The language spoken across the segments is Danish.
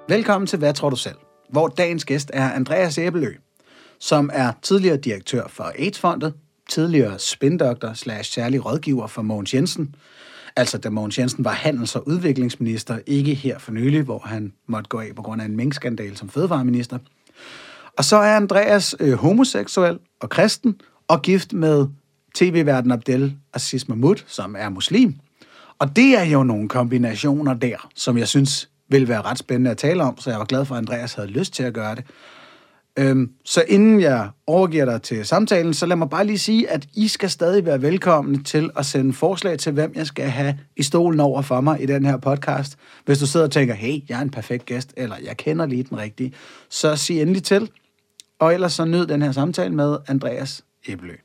Velkommen til Hvad tror du selv? Hvor dagens gæst er Andreas Æbelø, som er tidligere direktør for AIDS-fondet, tidligere spindoktor / særlig rådgiver for Mogens Jensen, altså da Mogens Jensen var handels- og udviklingsminister, ikke her for nylig, hvor han måtte gå af på grund af en minkskandal som fødevareminister. Og så er Andreas homoseksuel og kristen og gift med tv-værten Abdel Aziz Mahmoud, som er muslim. Og det er jo nogle kombinationer der, som jeg synes vil være ret spændende at tale om, så jeg var glad for, at Andreas havde lyst til at gøre det. Så inden jeg overgiver dig til samtalen, så lad mig bare lige sige, at I skal stadig være velkomne til at sende forslag til, hvem jeg skal have i stolen over for mig i den her podcast. Hvis du sidder og tænker, hey, jeg er en perfekt gæst, eller jeg kender lige den rigtige, så sig endelig til. Og ellers så nyd den her samtale med Andreas Æbelø.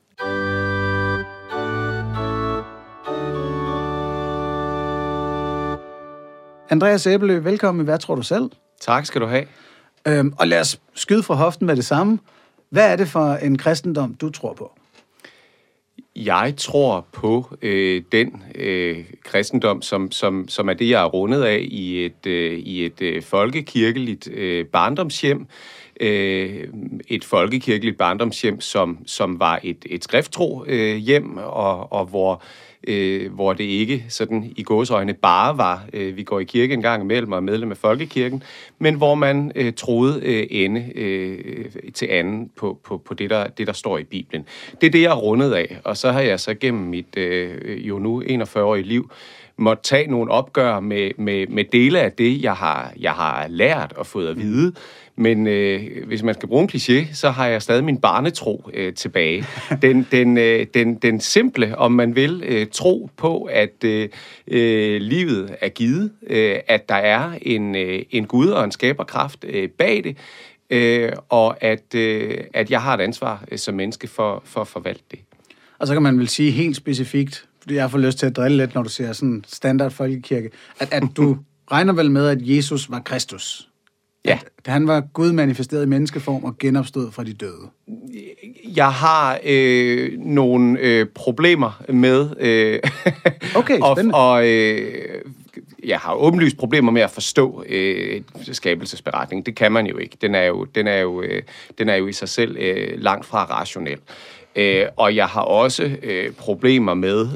Andreas Æbelø, velkommen i Hvad tror du selv? Tak skal du have. Og lad os skyde fra hoften med det samme. Hvad er det for en kristendom, du tror på? Jeg tror på den kristendom, som er det, jeg er rundet af i et folkekirkeligt barndomshjem. Et folkekirkeligt barndomshjem, som var et skrifttro hjem, og hvor det ikke sådan i gåseøjne bare var, vi går i kirke en gang imellem og er medlem af folkekirken, men hvor man troede ende til anden på det, der står i Bibelen. Det er det, jeg er rundet af, og så har jeg så gennem mit jo nu 41-årige liv måtte tage nogle opgør med dele af det, jeg har lært og fået at vide. Men hvis man skal bruge en kliché, så har jeg stadig min barnetro tilbage. Den simple, om man vil, tro på, at livet er givet, at der er en Gud og en skaberkraft bag det, og at jeg har et ansvar som menneske for at forvalte det. Og så kan man vel sige helt specifikt, fordi jeg får lyst til at drille lidt, når du siger sådan standard folkekirke, at du regner vel med, at Jesus var Kristus. Ja. At han var Gud manifesteret i menneskeform og genopstod fra de døde. Jeg har nogle problemer med... Okay, spændende. og jeg har åbenlyst problemer med at forstå skabelsesberetningen. Det kan man jo ikke. Den er jo i sig selv langt fra rationel. Og jeg har også problemer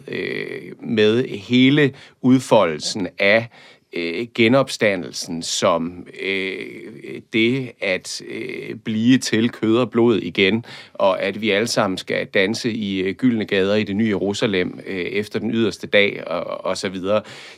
med hele udfoldelsen af genopstandelsen som det at blive til kød og blod igen, og at vi alle sammen skal danse i gyldne gader i det nye Jerusalem efter den yderste dag, og så videre.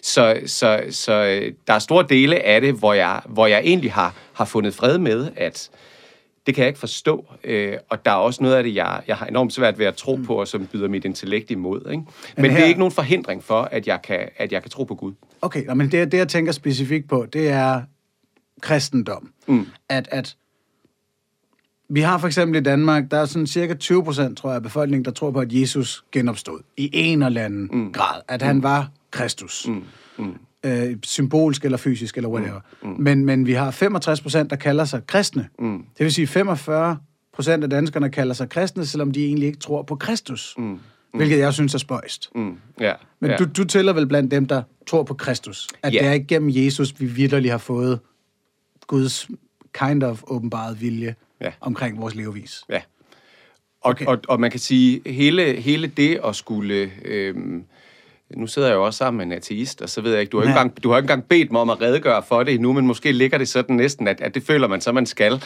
Så der er store dele af det, hvor jeg egentlig har fundet fred med, at det kan jeg ikke forstå, og der er også noget af det, jeg har enormt svært ved at tro på, og som byder mit intellekt imod. Ikke? Men det er ikke nogen forhindring for, at jeg kan tro på Gud. Okay, men det jeg tænker specifikt på, det er kristendom. At vi har for eksempel i Danmark, der er sådan cirka 20%, tror jeg, af befolkningen, der tror på, at Jesus genopstod i en eller anden grad. At han var Kristus. Symbolsk eller fysisk eller whatever. Men vi har 65%, der kalder sig kristne. Det vil sige 45% af danskerne kalder sig kristne, selvom de egentlig ikke tror på Kristus. Hvilket jeg synes er spøjst. Men du tæller vel blandt dem, der tror på Kristus. At det er igennem Jesus, vi vitterligt har fået Guds kind of åbenbaret vilje omkring vores levevis. Ja. Og man kan sige, hele det at skulle... Nu sidder jeg jo også sammen med en ateist, og så ved jeg ikke, du har ikke engang bedt mig om at redegøre for det endnu, men måske ligger det sådan næsten, at det føler man så, man skal.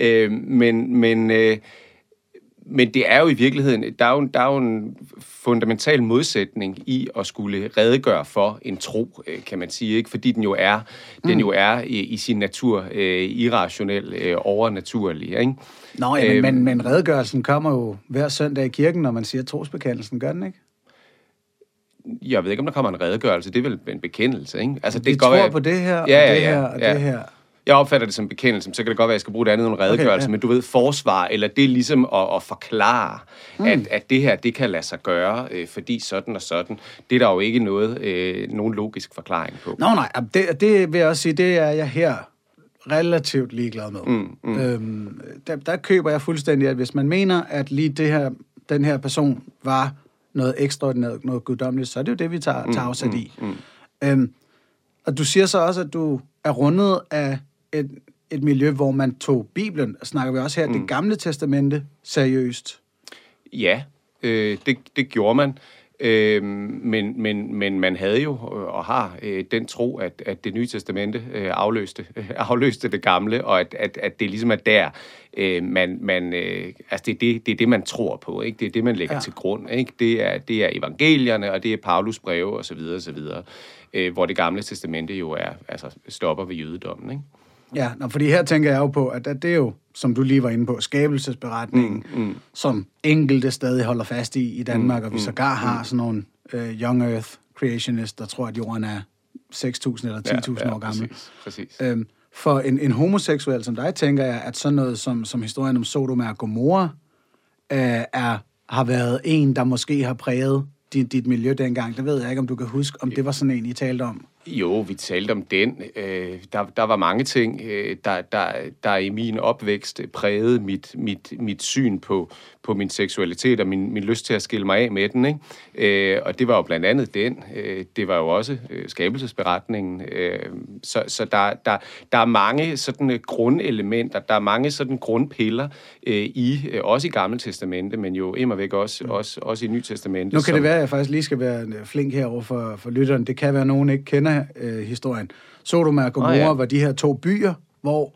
Men det er jo i virkeligheden, der er jo en fundamental modsætning i at skulle redegøre for en tro, kan man sige, ikke? Fordi den jo er i sin natur irrationel, overnaturlig, ikke? Nå, men redegørelsen kommer jo hver søndag i kirken, når man siger trosbekendelsen, gør den ikke? Jeg ved ikke, om der kommer en redegørelse. Det er vel en bekendelse, ikke? Altså, det tror på det her, og det her, og det her. Jeg opfatter det som bekendelse, så kan det godt være, at jeg skal bruge det andet end en redegørelse, men du ved, forsvar, eller det er ligesom at forklare, at det her, det kan lade sig gøre, fordi sådan og sådan. Det er der jo ikke nogen logisk forklaring på. Nej, det vil jeg også sige, det er jeg her relativt ligeglad med. Der køber jeg fuldstændig, at hvis man mener, at lige den her person var noget ekstraordinært, noget guddommeligt, så er det jo det, vi tager afsat i. Og du siger så også, at du er rundet af et miljø, hvor man tog Bibelen, og snakker vi også her, det gamle testamente, seriøst? Ja, det gjorde man. Men man havde jo og har den tro, at det nye testamente afløste det gamle, og at det ligesom er der, altså det er det, man tror på, ikke? Det er det, man lægger til grund, ikke? Det er evangelierne, og det er Paulus breve, og så videre, hvor det gamle testamente jo stopper ved jødedommen, ikke? Ja, fordi her tænker jeg jo på, at det er jo, som du lige var inde på, skabelsesberetningen, som enkelte stadig holder fast i Danmark, og vi sågar har sådan nogle Young Earth creationists, der tror, at jorden er 6.000 eller 10.000 år gammel. Præcis. For en homoseksuel som dig, tænker jeg, at sådan noget som historien om Sodoma og Gomorra har været en, der måske har præget dit miljø dengang. Det ved jeg ikke, om du kan huske, om det var sådan en, I talte om. Jo, vi talte om den. Der var mange ting, der i min opvækst prægede mit syn på min seksualitet og min lyst til at skille mig af med den, ikke? Og det var jo blandt andet den. Det var jo også skabelsesberetningen. Så der er mange sådan grundelementer, der er mange sådan grundpiller også i Gamle Testamente, men jo immervæk også i Nye Testamente. Nu kan det være, at jeg faktisk lige skal være flink herover for lytteren. Det kan være, at nogen ikke kender historien. Sodoma og Gomorra var de her 2 byer, hvor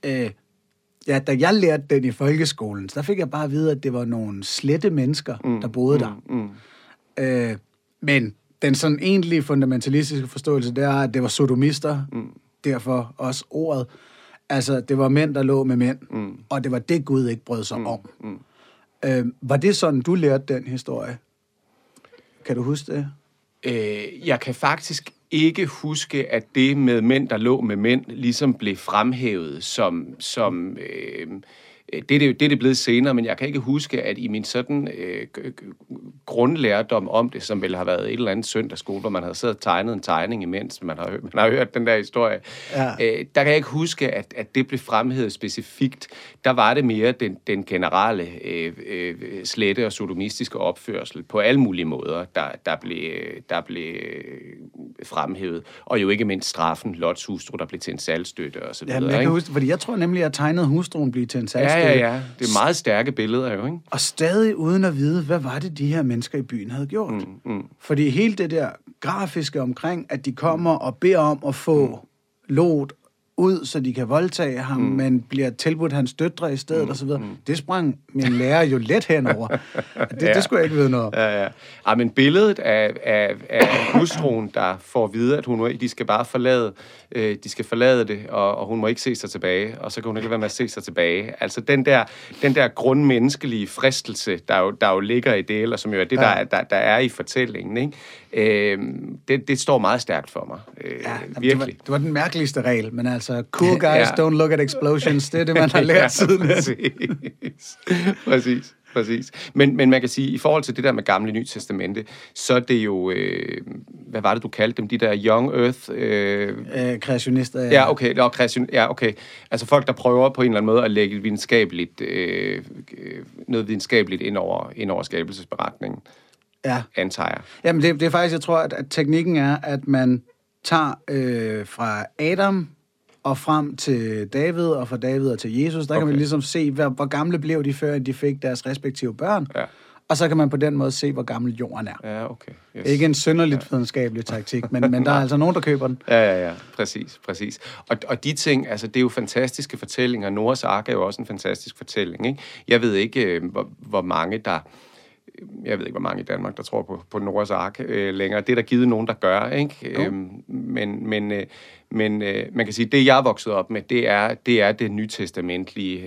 da jeg lærte den i folkeskolen, så der fik jeg bare at vide, at det var nogle slette mennesker, der boede der. Men den sådan egentlige fundamentalistiske forståelse, det er, at det var sodomister, derfor også ordet. Altså, det var mænd, der lå med mænd, og det var det, Gud ikke brød sig om. Var det sådan, du lærte den historie? Kan du huske det? Jeg kan faktisk ikke huske, at det med mænd, der lå med mænd, ligesom blev fremhævet som det er det blevet senere, men jeg kan ikke huske, at i min sådan grundlærdom om det, som vel har været et eller andet søndagsskole, hvor man havde siddet og tegnet en tegning imens man har hørt den der historie, der kan jeg ikke huske, at det blev fremhævet specifikt. Der var det mere den generelle slette og sodomistiske opførsel på alle mulige måder, der blev fremhævet. Og jo ikke mindst straffen, Lots hustru, der blev til en salgstøtte og så videre. Ja, jeg kan huske, fordi jeg tror nemlig, at tegnede hustruen blev til en salgstøtte. Ja. Det er meget stærke billeder jo, ikke? Og stadig uden at vide, hvad var det, de her mennesker i byen havde gjort. Fordi hele det der grafiske omkring, at de kommer og beder om at få Lot ud, så de kan voldtage ham, men bliver tilbudt hans døtre i stedet og så videre. Det sprang min lærer jo let henover. Det skulle jeg ikke vide noget om. Ja, men billedet af hustruen, der får at vide, at de skal bare forlade det, og hun må ikke se sig tilbage, og så kan hun ikke være med at se sig tilbage. Altså den der grundmenneskelige fristelse, der jo ligger i det, eller som jo er det, der er i fortællingen, ikke? Det står meget stærkt for mig. Virkelig. Det var den mærkeligste regel, men altså, cool guys don't look at explosions, det er det, man har lært siden. Præcis. Men man kan sige, i forhold til det der med Gamle Nye Testamente, så er det jo, hvad var det, du kaldte dem? De der Young Earth... kreationister, Ja, okay. Altså folk, der prøver på en eller anden måde at lægge noget videnskabeligt ind over skabelsesberetningen. Ja. Antager jeg. Jamen, det er faktisk, jeg tror, at teknikken er, at man tager fra Adam og frem til David, og fra David og til Jesus. Der kan man ligesom se, hvor gamle blev de, før de fik deres respektive børn. Ja. Og så kan man på den måde se, hvor gammel jorden er. Ja, okay. Yes. Ikke en synderligt videnskabelig taktik, men der er altså nogen, der køber den. Ja. Præcis. Og de ting, altså det er jo fantastiske fortællinger. Noahs ark er jo også en fantastisk fortælling, ikke? Jeg ved ikke, hvor mange i Danmark, der tror på Noahs ark længere. Det er der givet nogen, der gør, ikke? Men man kan sige, det jeg er vokset op med, det er det nytestamentlige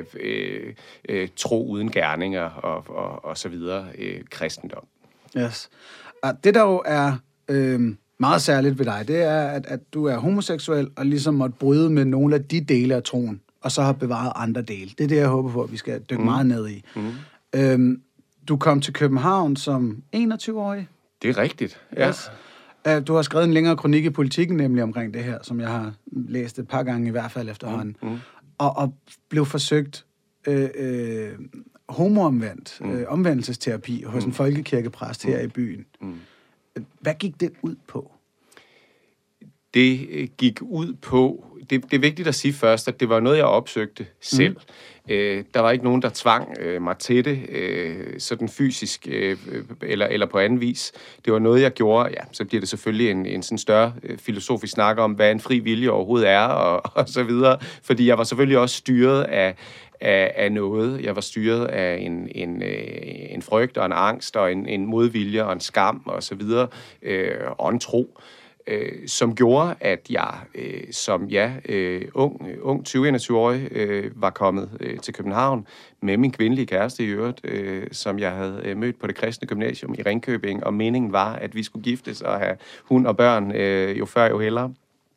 tro uden gerninger og så videre kristendom. Yes. Og det der jo er meget særligt ved dig, det er, at du er homoseksuel og ligesom måtte bryde med nogle af de dele af troen, og så har bevaret andre dele. Det er det, jeg håber på, at vi skal dykke meget ned i. Du kom til København som 21-årig. Det er rigtigt, ja. Yes. Du har skrevet en længere kronik i Politikken, nemlig omkring det her, som jeg har læst et par gange i hvert fald efterhånden. Og blev forsøgt homoomvendt, omvendelsesterapi hos en folkekirkepræst her i byen. Hvad gik det ud på? Det gik ud på det er vigtigt at sige først, at det var noget, jeg opsøgte selv. Der var ikke nogen, der tvang mig til det, sådan fysisk eller på anden vis. Det var noget, jeg gjorde. Ja, så bliver det selvfølgelig en sådan større filosofisk snak om, hvad en fri vilje overhovedet er, og så videre. Fordi jeg var selvfølgelig også styret af noget. Jeg var styret af en frygt og en angst og en modvilje og en skam og så videre, og en tro, som gjorde, at jeg som ung 20-21-årig var kommet til København med min kvindelige kæreste i øvrigt, som jeg havde mødt på det kristne gymnasium i Ringkøbing, og meningen var, at vi skulle giftes og have hund og børn, jo før jo hellere.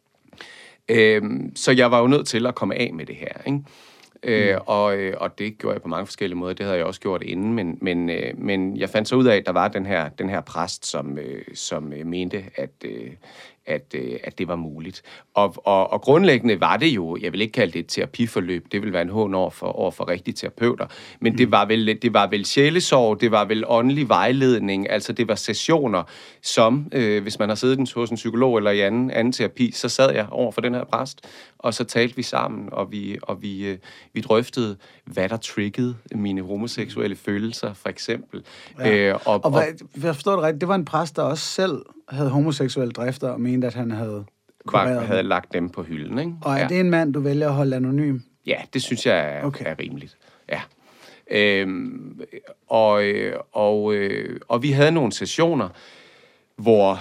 Så jeg var jo nødt til at komme af med det her, ikke? Og det gjorde jeg på mange forskellige måder. Det havde jeg også gjort inden, men jeg fandt så ud af, at der var den her præst, som mente, at det var muligt. Og grundlæggende var det jo, jeg vil ikke kalde det et terapiforløb, det vil være en hån over for rigtige terapeuter, men det var vel sjælesorg, det var vel åndelig vejledning, altså det var sessioner, som, hvis man har siddet hos en psykolog eller i anden terapi, så sad jeg over for den her præst, og så talte vi sammen, og vi drøftede, hvad der triggede mine homoseksuelle følelser, for eksempel. Ja. Jeg forstår det rigtigt, det var en præst, der også selv havde homoseksuelle drifter, og mente, at han havde havde lagt dem på hylden, ikke? Og er det en mand, du vælger at holde anonym? Ja, det synes jeg er rimeligt. Ja. Og vi havde nogle sessioner, hvor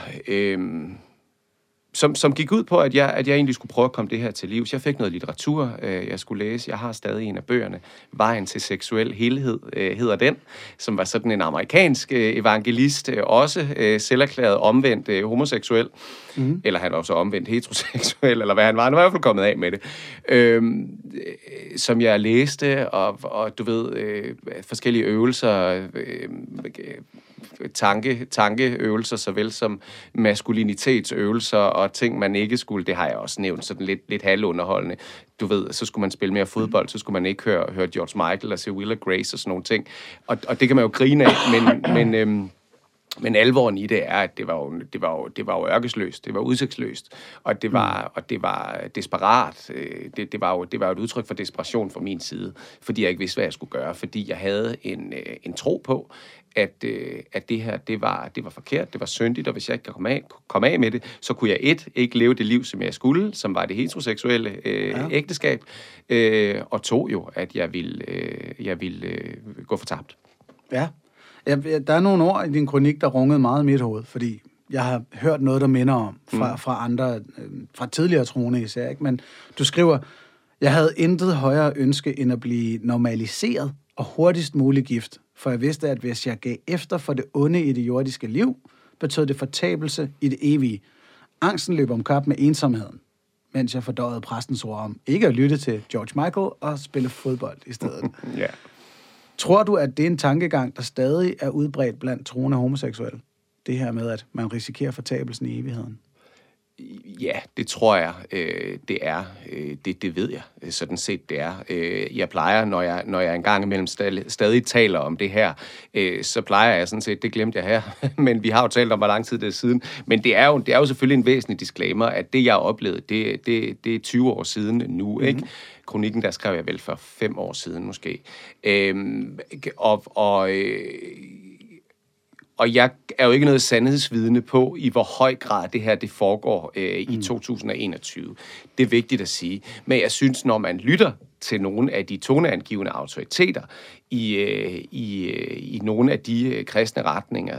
som gik ud på, at jeg egentlig skulle prøve at komme det her til livs. Jeg fik noget litteratur, jeg skulle læse. Jeg har stadig en af bøgerne. Vejen til seksuel helhed hedder den, som var sådan en amerikansk evangelist, også selverklæret omvendt homoseksuel. Mm-hmm. Eller han var også omvendt heteroseksuel, eller hvad han var. Han var i hvert fald kommet af med det. Som jeg læste, og du ved, forskellige øvelser, tankeøvelser, såvel som maskulinitetsøvelser og ting, man ikke skulle. Det har jeg også nævnt, sådan lidt halvunderholdende. Du ved, så skulle man spille mere fodbold, så skulle man ikke høre George Michael og se Will og Grace og sådan nogle ting. Og det kan man jo grine af, men alvoren i det er, at det var jo ørkesløst, det var udsigtsløst, og det var desperat. Det var et udtryk for desperation fra min side, fordi jeg ikke vidste, hvad jeg skulle gøre, fordi jeg havde en tro på, at det her, det var forkert, det var syndigt, og hvis jeg ikke kan komme af med det, så kunne jeg ikke leve det liv, som jeg skulle, som var det heteroseksuelle ægteskab, og 2 jo, at jeg ville gå fortabt. Ja. Der er nogle ord i din kronik, der rungede meget i mit hoved, fordi jeg har hørt noget, der minder om fra andre, fra tidligere troende især, ikke? Men du skriver, jeg havde intet højere ønske end at blive normaliseret og hurtigst muligt gift, for jeg vidste, at hvis jeg gav efter for det onde i det jordiske liv, betød det fortabelse i det evige. Angsten løb om kap med ensomheden, mens jeg fordøjede præstens ord om ikke at lytte til George Michael og spille fodbold i stedet. Ja. Tror du, at det er en tankegang, der stadig er udbredt blandt troende homoseksuelle? Det her med, at man risikerer fortabelsen i evigheden? Ja, det tror jeg, det er. Det ved jeg sådan set, det er. Jeg plejer, når jeg engang imellem stadig taler om det her, så plejer jeg sådan set, det glemte jeg her, men vi har jo talt om, hvor lang tid det er siden. Men det er jo selvfølgelig en væsentlig disclaimer, at det, jeg oplevede, det er 20 år siden nu, ikke? Kronikken, der skrev jeg vel for 5 år siden måske. Og jeg er jo ikke noget sandhedsvidne på, i hvor høj grad det her det foregår i 2021. Det er vigtigt at sige. Men jeg synes, når man lytter til nogle af de toneangivende autoriteter i nogle af de kristne retninger,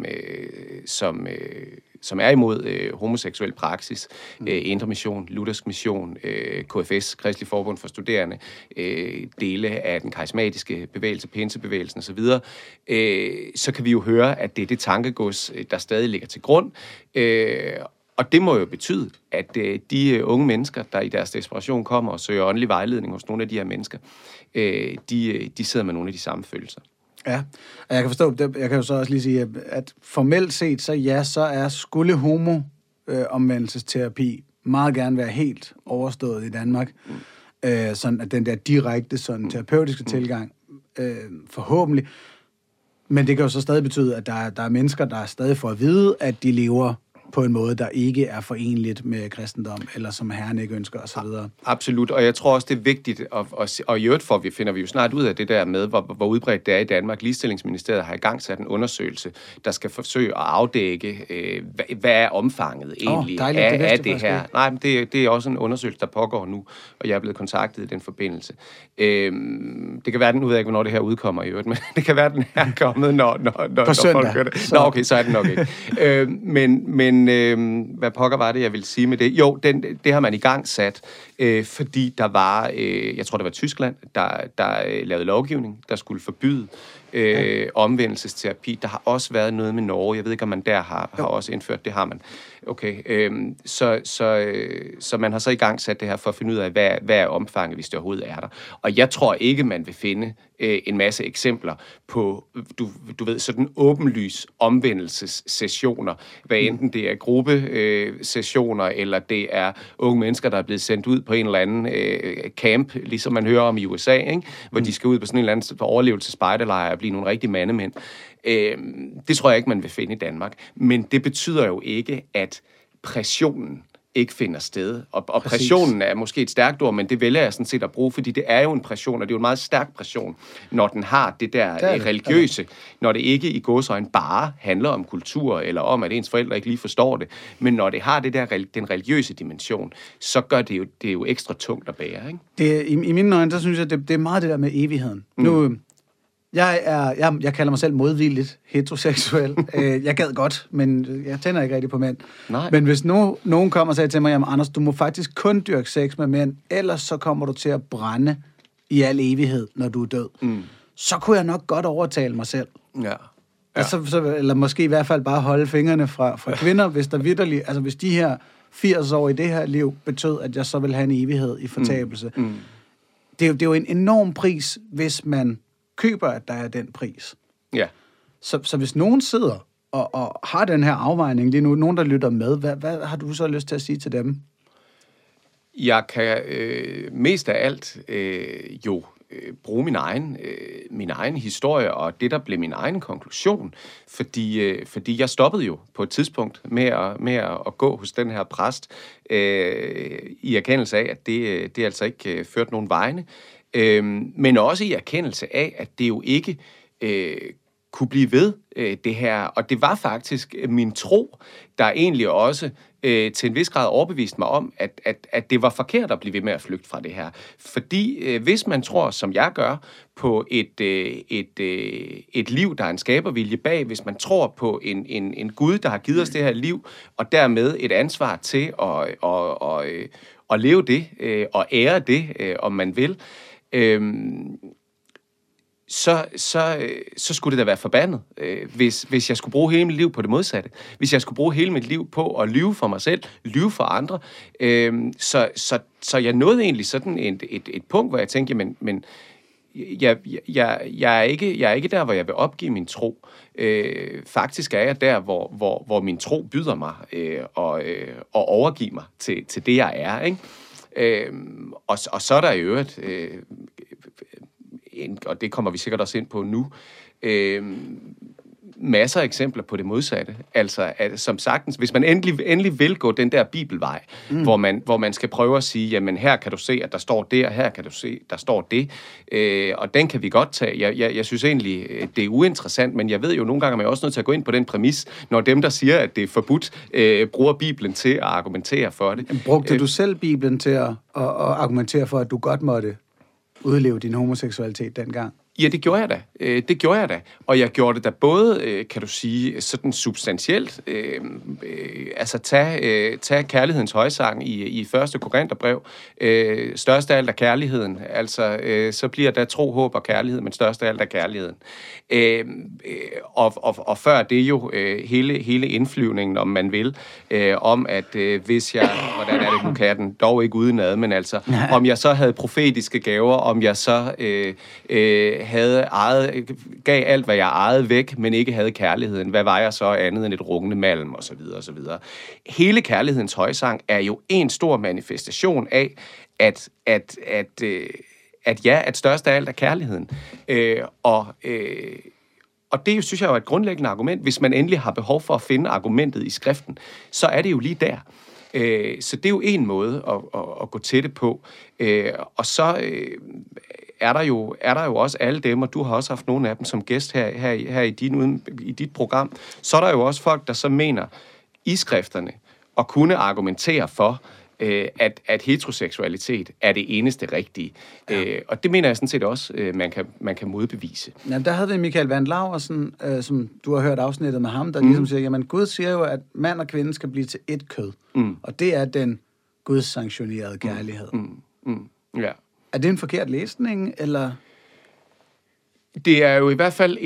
som er imod homoseksuel praksis, Indre Mission, Luthersk Mission, KFS, Kristelig Forbund for Studerende, dele af den karismatiske bevægelse, pinsebevægelsen osv., så kan vi jo høre, at det er det tankegods, der stadig ligger til grund. Og det må jo betyde, at de unge mennesker, der i deres desperation kommer og søger åndelig vejledning hos nogle af de her mennesker, de sidder med nogle af de samme følelser. Ja, og jeg kan forstå, jeg kan jo så også lige sige, at formelt set, så skulle homo-omvendelsesterapi meget gerne være helt overstået i Danmark. Sådan at den der direkte sådan terapeutiske tilgang, forhåbentlig. Men det kan jo så stadig betyde, at der er mennesker, der stadig får at vide, at de lever på en måde, der ikke er forenligt med kristendom, eller som Herren ikke ønsker osv. Absolut, og jeg tror også, det er vigtigt, og i øvrigt finder vi jo snart ud af det der med, hvor udbredt det er i Danmark. Ligestillingsministeriet har i gang sat en undersøgelse, der skal forsøge at afdække, hvad er omfanget egentlig af det her. Nej, men det er også en undersøgelse, der pågår nu, og jeg er blevet kontaktet i den forbindelse. Det kan være, den ud af, hvornår det her udkommer i øvrigt, men det kan være, den er kommet, når folk gør det. Nå, okay, så er den nok ikke. Men hvad pokker var det, jeg ville sige med det? Jo, det har man i gang sat, fordi der var, jeg tror det var Tyskland, der lavede lovgivning, der skulle forbyde omvendelsesterapi. Der har også været noget med Norge. Jeg ved ikke, om man der har også indført. Det har man. Okay. Så man har så i gang sat det her for at finde ud af, hvad er omfanget, hvis det overhovedet er der. Og jeg tror ikke, man vil finde en masse eksempler på, du ved, sådan åbenlys omvendelsessessioner, hvad enten det er gruppesessioner, eller det er unge mennesker, der er blevet sendt ud på en eller anden camp, ligesom man hører om i USA, ikke? Hvor de skal ud på sådan en eller anden overlevelsespejderlejr og blive nogle rigtige mandemænd. Det tror jeg ikke, man vil finde i Danmark. Men det betyder jo ikke, at pressionen ikke finder sted. Og pressionen er måske et stærkt ord, men det vælger jeg sådan set at bruge, fordi det er jo en pression, og det er jo en meget stærk pression, når den har det der religiøse, når det ikke i gåseøjne bare handler om kultur, eller om, at ens forældre ikke lige forstår det, men når det har det der, den religiøse dimension, så gør det er jo ekstra tungt at bære, ikke? I mine øjne, så synes jeg, det er meget det der med evigheden. Nu, jeg kalder mig selv modvilligt heteroseksuel. Jeg gad godt, men jeg tænder ikke rigtig på mænd. Nej. Men hvis nogen kommer og siger til mig, jamen Anders, du må faktisk kun dyrke sex med mænd, ellers så kommer du til at brænde i al evighed, når du er død. Så kunne jeg nok godt overtale mig selv. Ja. Eller måske i hvert fald bare holde fingrene fra kvinder, hvis der vitterligt, altså hvis de her 80 år i det her liv betød, at jeg så vil have en evighed i fortabelse. Det er jo en enorm pris, hvis man køber, at der er den pris. Ja. Så hvis nogen sidder og har den her afvejning lige nu, nogen der lytter med, hvad har du så lyst til at sige til dem? Jeg kan mest af alt bruge min egen historie, og det, der blev min egen konklusion, fordi jeg stoppede jo på et tidspunkt med at gå hos den her præst, i erkendelse af, at det altså ikke førte nogen vegne, men også i erkendelse af, at det jo ikke kunne blive ved det her, og det var faktisk min tro, der egentlig også til en vis grad overbeviste mig om, at det var forkert at blive ved med at flygte fra det her. Fordi hvis man tror, som jeg gør, på et liv, der er en skabervilje bag, hvis man tror på en Gud, der har givet os det her liv, og dermed et ansvar til at leve det, og ære det, om man vil, så skulle det da være forbandet, hvis jeg skulle bruge hele mit liv på det modsatte. Hvis jeg skulle bruge hele mit liv på at lyve for mig selv, lyve for andre. Så jeg nåede egentlig sådan et punkt, hvor jeg tænkte, men jeg er ikke der, hvor jeg vil opgive min tro. Faktisk er jeg der, hvor min tro byder mig og overgive mig til det, jeg er, ikke? Og så er der i øvrigt... og det kommer vi sikkert også ind på nu, masser af eksempler på det modsatte. Altså, som sagtens, hvis man endelig vil gå den der bibelvej, hvor man skal prøve at sige, jamen her kan du se, at der står det, og her kan du se, der står det, og den kan vi godt tage. Jeg synes egentlig, det er uinteressant, men jeg ved jo nogle gange, at man er også nødt til at gå ind på den præmis, når dem, der siger, at det er forbudt, bruger Bibelen til at argumentere for det. Brugte du selv Bibelen til at argumentere for, at du godt måtte udleve din homoseksualitet dengang? Ja, det gjorde jeg da. Og jeg gjorde det da både, kan du sige, sådan substantielt, altså tage kærlighedens højsang i første Korintherbrev, størst af alt er kærligheden, altså så bliver der tro, håb og kærlighed, men størst af alt er kærligheden. Og før det jo hele indflyvningen, om man vil, om at hvis jeg, hvordan er det nu, kan jeg den dog ikke udenad, men altså, om jeg så havde profetiske gaver, om jeg så gav alt, hvad jeg ejede væk, men ikke havde kærligheden. Hvad var jeg så andet end et rungende malm, og så videre, og så videre. Hele kærlighedens højsang er jo en stor manifestation af, at størst af alt er kærligheden. Og og det synes jeg jo er et grundlæggende argument. Hvis man endelig har behov for at finde argumentet i skriften, så er det jo lige der. Så det er jo en måde at gå til det på. Og så er der jo også alle dem, og du har også haft nogle af dem som gæst her i dit program, så er der jo også folk, der så mener i skrifterne at kunne argumentere for, at heteroseksualitet er det eneste rigtige. Ja. Og det mener jeg sådan set også, man kan modbevise. Ja, der havde vi Michael Van Laursen, som du har hørt afsnittet med ham, der ligesom siger, jamen Gud siger jo, at mand og kvinde skal blive til ét kød. Og det er den Guds sanktionerede kærlighed. Ja. Er det en forkert læsning, eller? Det er jo i hvert fald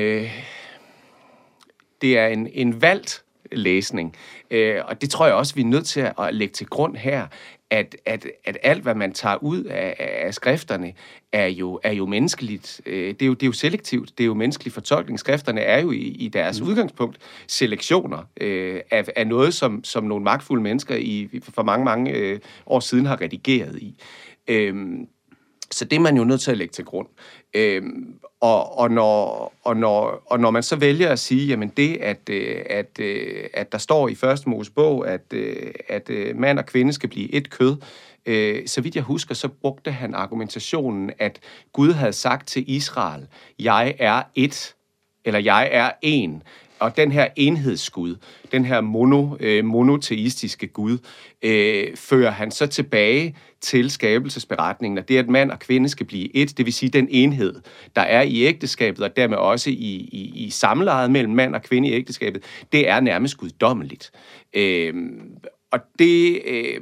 en valgt læsning. Og det tror jeg også, vi er nødt til at lægge til grund her, at alt, hvad man tager ud af skrifterne, er jo menneskeligt. Det er jo selektivt. Det er jo menneskelig fortolkning. Skrifterne er jo i deres udgangspunkt selektioner af noget, som nogle magtfulde mennesker for mange år siden har redigeret i. Så det er man jo nødt til at lægge til grund. Og når man så vælger at sige, jamen det, at der står i Første Mosebog, at mand og kvinde skal blive et kød, så vidt jeg husker, så brugte han argumentationen, at Gud havde sagt til Israel, jeg er et, eller jeg er en. Og den her enhedsgud, den her monoteistiske Gud, fører han så tilbage til skabelsesberetningen, og det, at mand og kvinde skal blive et, det vil sige den enhed, der er i ægteskabet, og dermed også i samlejet mellem mand og kvinde i ægteskabet, det er nærmest guddommeligt. Og det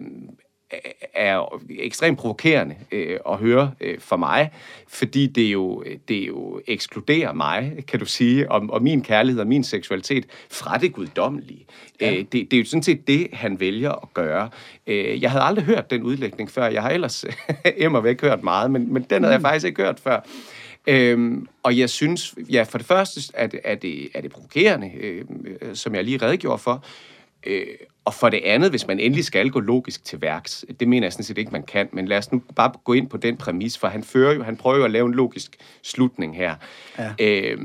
er ekstremt provokerende at høre for mig, fordi det jo ekskluderer mig, kan du sige, og min kærlighed og min seksualitet fra det guddommelige. Ja. Det er jo sådan set det, han vælger at gøre. Jeg havde aldrig hørt den udlægning før. Jeg har ellers væk hørt meget, men den havde jeg faktisk ikke hørt før. Og jeg synes, ja, for det første er det provokerende, som jeg lige redegjorde for. Og for det andet, hvis man endelig skal gå logisk til værks, det mener jeg sådan set ikke, man kan, men lad os nu bare gå ind på den præmis, for han prøver jo at lave en logisk slutning her. Ja.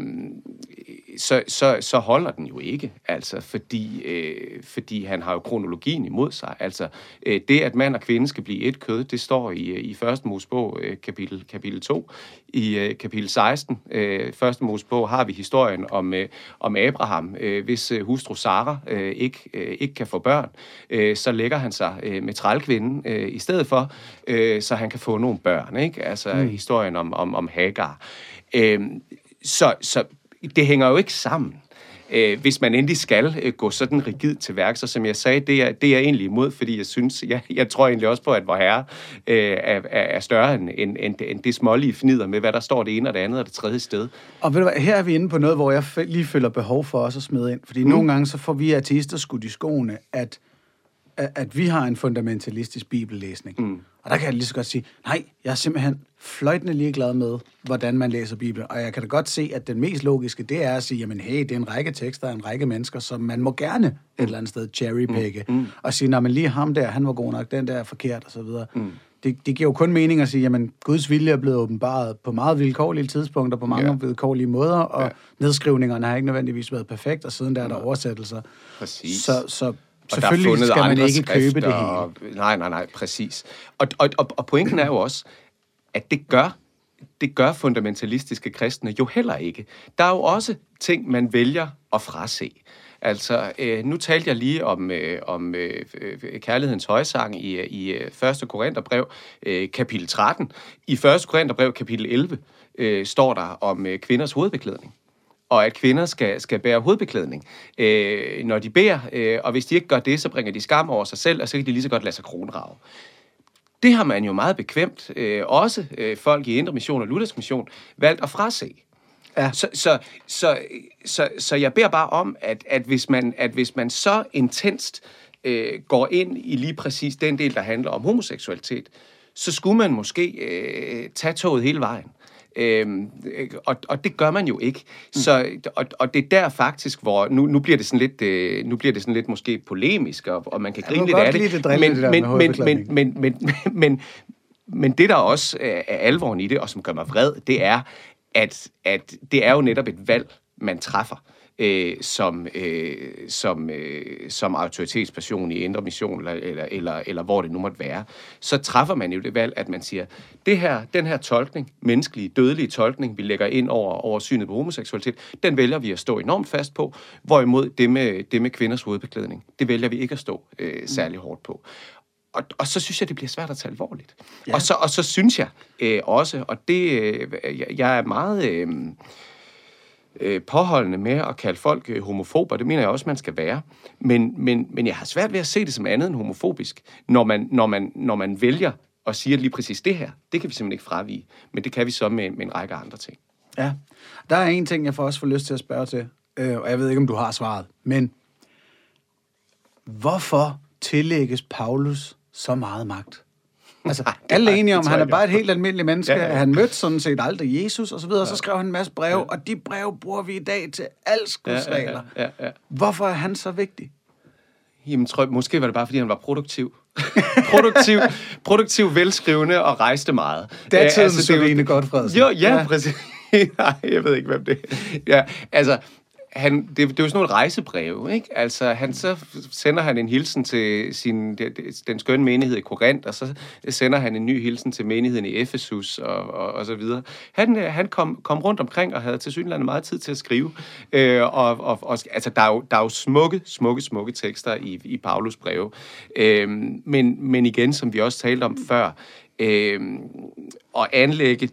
Så holder den jo ikke, altså, fordi han har jo kronologien imod sig. Altså, det, at mand og kvinde skal blive et kød, det står i Første Mosebog, kapitel 2. I kapitel 16, Første Mosebog, har vi historien om Abraham, hvis hustru Sara ikke kan få børn, så lægger han sig med trælkvinden i stedet for, så han kan få nogle børn, ikke? Altså historien om Hagar. Så det hænger jo ikke sammen. Hvis man endelig skal gå sådan rigidt til værks, og som jeg sagde, det er jeg egentlig imod, fordi jeg tror egentlig også på, at vor Herre er større end det smålige fnider med, hvad der står det ene og det andet og det tredje sted. Og ved du hvad, her er vi inde på noget, hvor jeg lige føler behov for os at smide ind, fordi nogle gange så får vi ateister skudt i skoene, at vi har en fundamentalistisk bibellæsning. Og der kan jeg lige så godt sige, nej, jeg er simpelthen fløjtende ligeglad med, hvordan man læser Bibelen. Og jeg kan da godt se, at den mest logiske, det er at sige, jamen hey, det er en række tekster, en række mennesker, som man må gerne et eller andet sted cherrypicke. Og sige, når man lige ham der, han var god nok, den der er forkert, og så videre. Det giver jo kun mening at sige, jamen Guds vilje er blevet åbenbaret på meget vilkårlige tidspunkter, på mange vilkårlige måder, og nedskrivningerne har ikke nødvendigvis været perfekt, og siden der er der oversættelser. Præcis. Så selvfølgelig skal man ikke købe det hele. Nej, præcis. Og pointen er jo også, at det gør fundamentalistiske kristne jo heller ikke. Der er jo også ting, man vælger at frase. Altså, nu talte jeg lige om kærlighedens højsang i 1. Korintherbrev, kapitel 13. I 1. Korintherbrev, kapitel 11, står der om kvinders hovedbeklædning. Og at kvinder skal bære hovedbeklædning, når de beder, og hvis de ikke gør det, så bringer de skam over sig selv, og så kan de lige så godt lade sig kronrage. Det har man jo meget bekvemt, også folk i Indre Mission og Luthersk Mission, valgt at frase. Ja. Så jeg beder bare om, at hvis man så intenst går ind i lige præcis den del, der handler om homoseksualitet, så skulle man måske tage toget hele vejen. Og det gør man jo ikke. Så, og det er der faktisk, hvor nu bliver det sådan lidt måske polemisk, og man kan grine lidt af det. Men det der også er alvoren i det, og som gør mig vred, det er, at det er jo netop et valg, man træffer som autoritetsperson i Indre Mission, eller hvor det nu måtte være, så træffer man jo det valg, at man siger, den her tolkning, menneskelige, dødelige tolkning, vi lægger ind over synet på homoseksualitet, den vælger vi at stå enormt fast på, hvorimod det med kvinders hovedbeklædning, det vælger vi ikke at stå særlig hårdt på. Og så synes jeg, det bliver svært at tage alvorligt. Ja. Og så synes jeg også, og det, jeg er meget påholdende med at kalde folk homofober, det mener jeg også, man skal være. Men jeg har svært ved at se det som andet end homofobisk, når man vælger at sige, at lige præcis det her, det kan vi simpelthen ikke fravige. Men det kan vi så med en række andre ting. Ja, der er en ting, jeg får lyst til at spørge til, og jeg ved ikke, om du har svaret, men hvorfor tillægges Paulus så meget magt? Altså, alle er enige om, han er bare et helt almindeligt menneske. Ja. Han mødte sådan set aldrig Jesus, og så videre, og så skrev han en masse breve, og de breve bruger vi i dag til alskudregler. Ja. Hvorfor er han så vigtig? Jamen, måske var det bare, fordi han var produktiv. produktiv, velskrivende og rejste meget. Datidens Sørine Godfredsen. Ja, præcis. Nej, jeg ved ikke, hvem det er. Ja, altså... det er jo sådan nogle rejsebreve, ikke? Altså, så sender han en hilsen til den skønne menighed i Korinth, og så sender han en ny hilsen til menigheden i Efesus, og så videre. Han kom rundt omkring og havde tilsyneladende meget tid til at skrive. Altså, der er jo smukke tekster i Paulus breve. Men igen, som vi også talte om før, at anlægge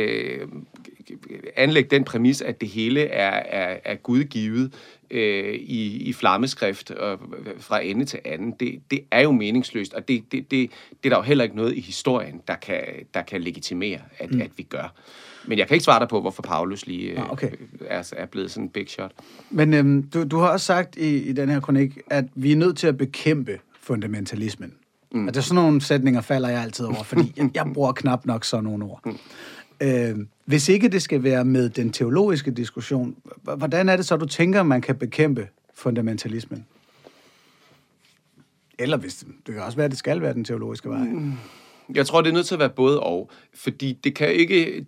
den præmis, at det hele er gudgivet i flammeskrift fra ende til anden, det er jo meningsløst, og det er der jo heller ikke noget i historien, der kan legitimere, at vi gør. Men jeg kan ikke svare dig på, hvorfor Paulus lige er blevet sådan en big shot. Men du har også sagt i den her kronik, at vi er nødt til at bekæmpe fundamentalismen. Og det er sådan nogle sætninger, falder jeg altid over, fordi jeg bruger knap nok sådan nogle ord. Hvis ikke det skal være med den teologiske diskussion, hvordan er det så, du tænker, man kan bekæmpe fundamentalismen? Eller det kan også være, at det skal være den teologiske vej. Jeg tror, det er nødt til at være både og, fordi det kan ikke...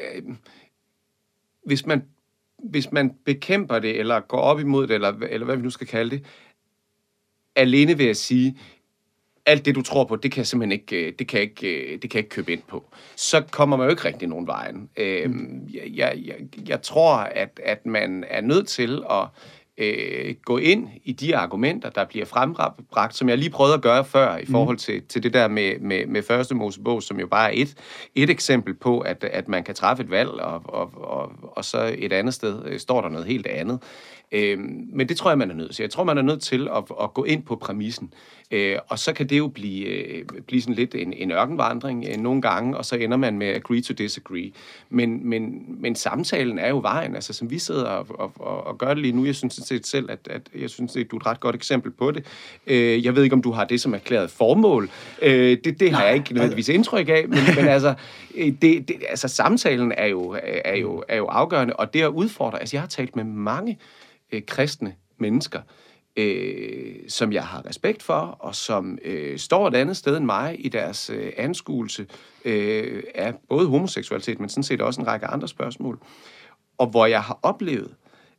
Hvis man bekæmper det, eller går op imod det, eller hvad vi nu skal kalde det, alene ved at sige, alt det, du tror på, det kan jeg simpelthen ikke, det kan jeg ikke købe ind på. Så kommer man jo ikke rigtig nogen vejen. Jeg tror, at man er nødt til at gå ind i de argumenter, der bliver frembragt, som jeg lige prøvede at gøre før, i forhold til det der med første Mosebog, som jo bare er et eksempel på, at man kan træffe et valg, og så et andet sted står der noget helt andet. Men det tror jeg, man er nødt til. Jeg tror, man er nødt til at gå ind på præmissen. Og så kan det jo blive sådan lidt en ørkenvandring nogle gange, og så ender man med agree to disagree. Men samtalen er jo vejen, altså som vi sidder og gør det lige nu. Jeg synes set selv, at jeg synes, at du er et ret godt eksempel på det. Jeg ved ikke, om du har det som erklæret formål. Det har jeg ikke nødvendigvis indtryk af, men altså, altså samtalen er jo afgørende, og det at udfordre. Altså jeg har talt med mange kristne mennesker, som jeg har respekt for, og som står et andet sted end mig i deres anskuelse af både homoseksualitet, men sådan set også en række andre spørgsmål, og hvor jeg har oplevet,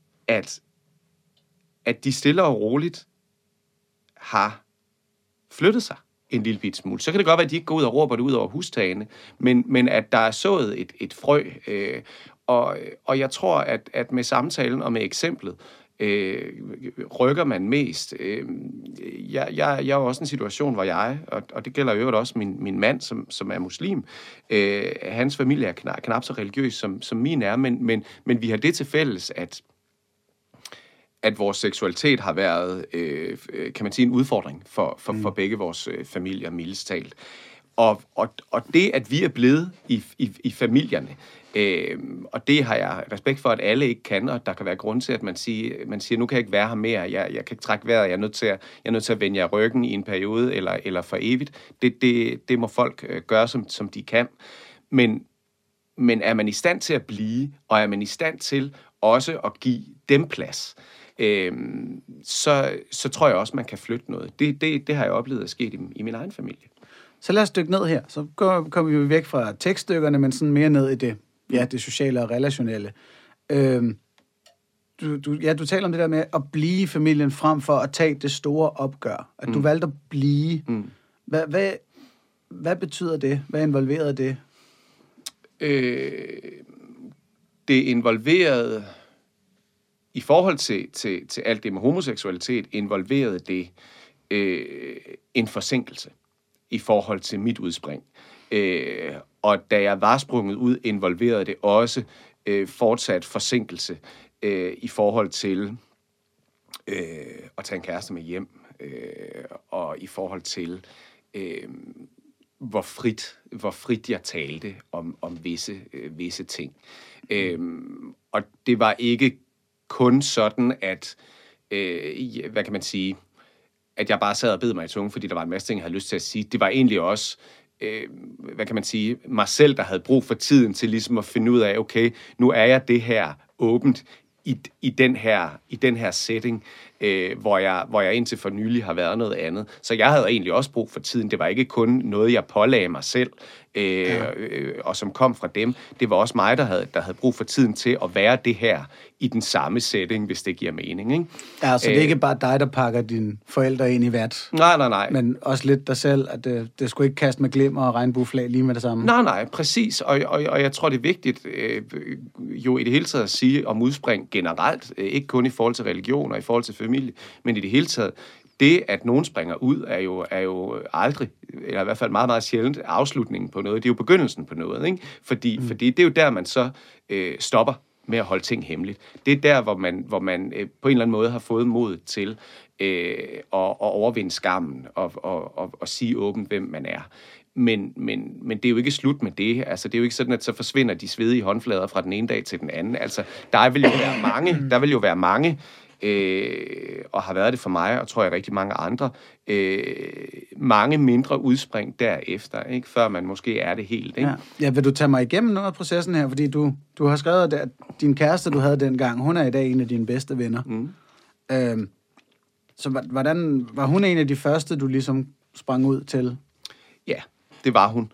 at de stille og roligt har flyttet sig en lille bit smule. Så kan det godt være, at de ikke går ud og råber det ud over hustagene, men at der er sået et frø, og jeg tror, at med samtalen og med eksemplet, rykker man mest. Jeg er jo også i en situation, hvor jeg, og det gælder jo også min mand, som er muslim, hans familie er knap så religiøs, som min er, men vi har det til fælles, at vores seksualitet har været, kan man sige, en udfordring for begge vores familier, mildest talt. Og det, at vi er blevet i familierne, og det har jeg respekt for, at alle ikke kan, og der kan være grund til, at man siger, nu kan jeg ikke være her mere, jeg kan ikke trække vejret, jeg er nødt til at vende jer ryggen i en periode, eller for evigt. Det må folk gøre, som de kan. Men er man i stand til at blive, og er man i stand til også at give dem plads, så tror jeg også, man kan flytte noget. Det har jeg oplevet at ske i min egen familie. Så lad os dykke ned her. Så kommer vi jo væk fra tekststykkerne, men sådan mere ned i det sociale og relationelle. du taler om det der med at blive i familien frem for at tage det store opgør. At du valgte at blive. Hvad betyder det? Hvad involverede det? Det involverede, i forhold til alt det med homoseksualitet, involverede det en forsinkelse i forhold til mit udspring. Og da jeg var sprunget ud, involverede det også fortsat forsinkelse i forhold til at tage en kæreste med hjem, og i forhold til hvor frit jeg talte om visse ting. Og det var ikke kun sådan, at hvad kan man sige, at jeg bare sad og bed mig i tungen, fordi der var en masse ting, jeg havde lyst til at sige. Det var egentlig også hvad kan man sige, mig selv, der havde brug for tiden til ligesom at finde ud af, okay, nu er jeg det her åbent i den her setting, hvor jeg indtil for nylig har været noget andet. Så jeg havde egentlig også brug for tiden. Det var ikke kun noget, jeg pålagde mig selv, og som kom fra dem. Det var også mig, der havde brug for tiden til at være det her i den samme setting, hvis det giver mening. Ikke? Ja, så det er ikke bare dig, der pakker dine forældre ind i vat. Nej. Men også lidt dig selv, at det skulle ikke kaste med glimmer og regnbueflag lige med det samme. Nej, præcis. Og jeg tror, det er vigtigt jo i det hele taget at sige om udspring generelt, ikke kun i forhold til religion og i forhold til familie, men i det hele taget, det, at nogen springer ud, er jo aldrig, eller i hvert fald meget, meget sjældent, afslutningen på noget. Det er jo begyndelsen på noget, ikke? Fordi det er jo der, man så stopper med at holde ting hemmeligt. Det er der, hvor man på en eller anden måde har fået mod til at overvinde skammen og sige åbent, hvem man er. Men det er jo ikke slut med det. Altså, det er jo ikke sådan, at så forsvinder de svedige håndflader fra den ene dag til den anden. Altså, der vil jo være mange, og har været det for mig, og tror jeg rigtig mange andre, mange mindre udspring derefter, ikke? Før man måske er det helt. Ikke? Ja, vil du tage mig igennem noget af processen her? Fordi du har skrevet, at din kæreste, du havde dengang, hun er i dag en af dine bedste venner. Så hvordan var hun en af de første, du ligesom sprang ud til? Ja, det var hun.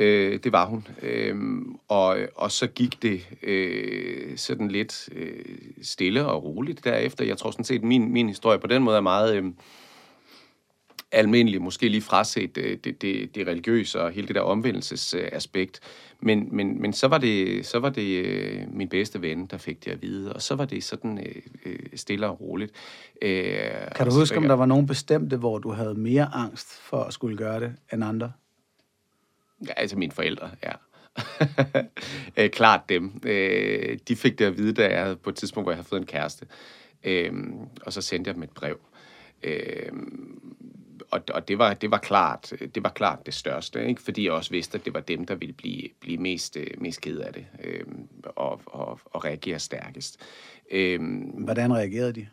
Og så gik det sådan lidt stille og roligt derefter. Jeg tror sådan set, min historie på den måde er meget almindelig, måske lige fraset det religiøse og hele det der omvendelsesaspekt. Men så var det min bedste ven, der fik det at vide, og så var det sådan stille og roligt. Kan du huske, om der var nogen bestemte, hvor du havde mere angst for at skulle gøre det end andre? Ja, altså mine forældre, ja. Klart dem. De fik det at vide, da jeg på et tidspunkt, hvor jeg havde fået en kæreste. Og så sendte jeg dem et brev. Og det var klart det største, ikke? Fordi jeg også vidste, at det var dem, der ville blive mest ked af det og reagere stærkest. Hvordan reagerede de?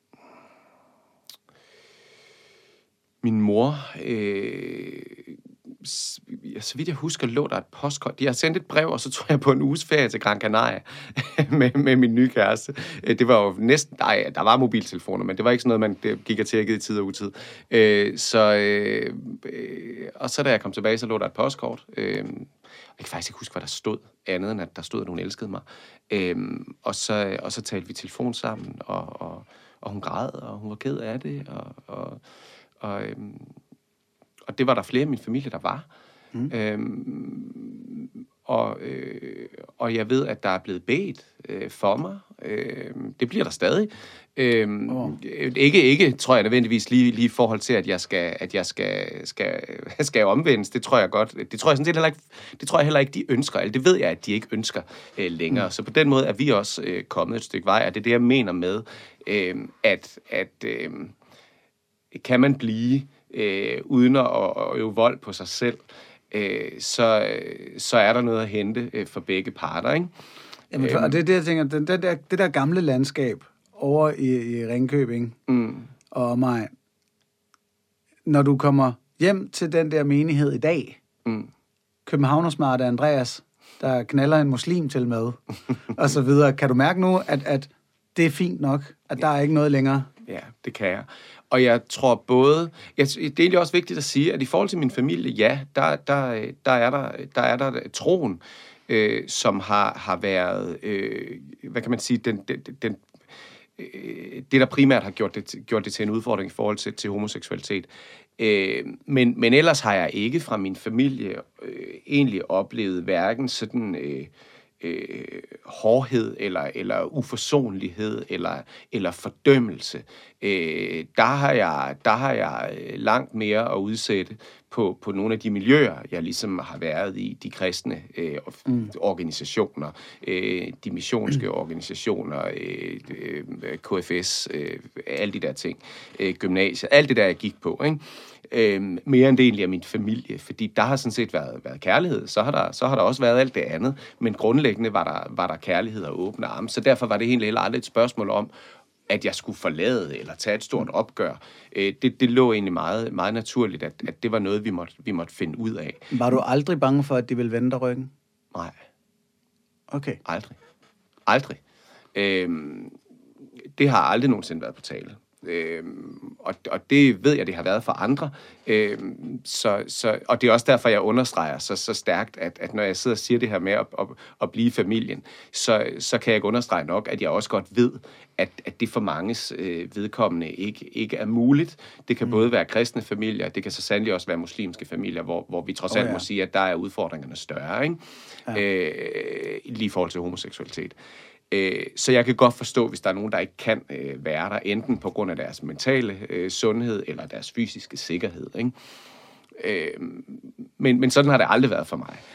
Min mor, så vidt jeg husker, lå der et postkort. Jeg sendte et brev, og så tog jeg på en uges ferie til Gran Canaria med min nye kæreste. Det var jo næsten... Nej, der var mobiltelefoner, men det var ikke sådan noget, man gik og tjekkede i tid og utid. Og så da jeg kom tilbage, så lå der et postkort. Jeg kan faktisk ikke huske, hvad der stod, andet end at der stod, at hun elskede mig. Og så talte vi telefon sammen, og hun græd, og hun var ked af det, og det var der flere af min familie, der var. Og jeg ved, at der er blevet bedt for mig. Det bliver der stadig. Ikke, tror jeg nødvendigvis lige i forhold til, at jeg skal omvendes. Det tror jeg godt. Det tror jeg sådan set heller ikke. Det tror jeg heller ikke, de ønsker. Eller det ved jeg, at de ikke ønsker længere. Så på den måde er vi også kommet et stykke vej. Og det er det, jeg mener med, at kan man blive uden at øve vold på sig selv, så er der noget at hente for begge parter, ikke? Jamen, og det er det, jeg tænker, det der gamle landskab over i Ringkøbing og mig, når du kommer hjem til den der menighed i dag, københavnersmarte Andreas, der knaller en muslim til med, og så videre, kan du mærke nu, at det er fint nok, at der er ikke noget længere? Ja, det kan jeg. Og jeg tror både... det er egentlig også vigtigt at sige, at i forhold til min familie, ja, der er der troen, som har været... hvad kan man sige? det, der primært har gjort det til en udfordring i forhold til homoseksualitet. Men ellers har jeg ikke fra min familie egentlig oplevet hverken sådan hårdhed eller uforsonlighed eller fordømmelse. Der har jeg langt mere at udsætte på nogle af de miljøer, jeg ligesom har været i, de kristne organisationer, de missionske organisationer, KFS, alle de der ting, gymnasiet, alt det der, jeg gik på, ikke? Mere end det egentlig af min familie, fordi der har sådan set været kærlighed, så har der også været alt det andet, men grundlæggende var der kærlighed og åbne arme, så derfor var det egentlig heller aldrig et spørgsmål om, at jeg skulle forlade eller tage et stort opgør. Det lå egentlig meget, meget naturligt, at det var noget, vi måtte finde ud af. Var du aldrig bange for, at de ville vende dig ryggen? Nej. Okay. Aldrig. Det har aldrig nogensinde været på tale. Og det ved jeg, det har været for andre. Og det er også derfor, jeg understreger så stærkt, at når jeg sidder og siger det her med at blive familien, så kan jeg ikke understrege nok, at jeg også godt ved, at det for manges vedkommende ikke er muligt. Det kan både være kristne familier, det kan så sandelig også være muslimske familier, hvor vi trods alt må sige, at der er udfordringerne større, ikke? Ja. Lige i forhold til homoseksualitet. Så jeg kan godt forstå, hvis der er nogen, der ikke kan være der, enten på grund af deres mentale sundhed eller deres fysiske sikkerhed, ikke? Men sådan har det aldrig været for mig.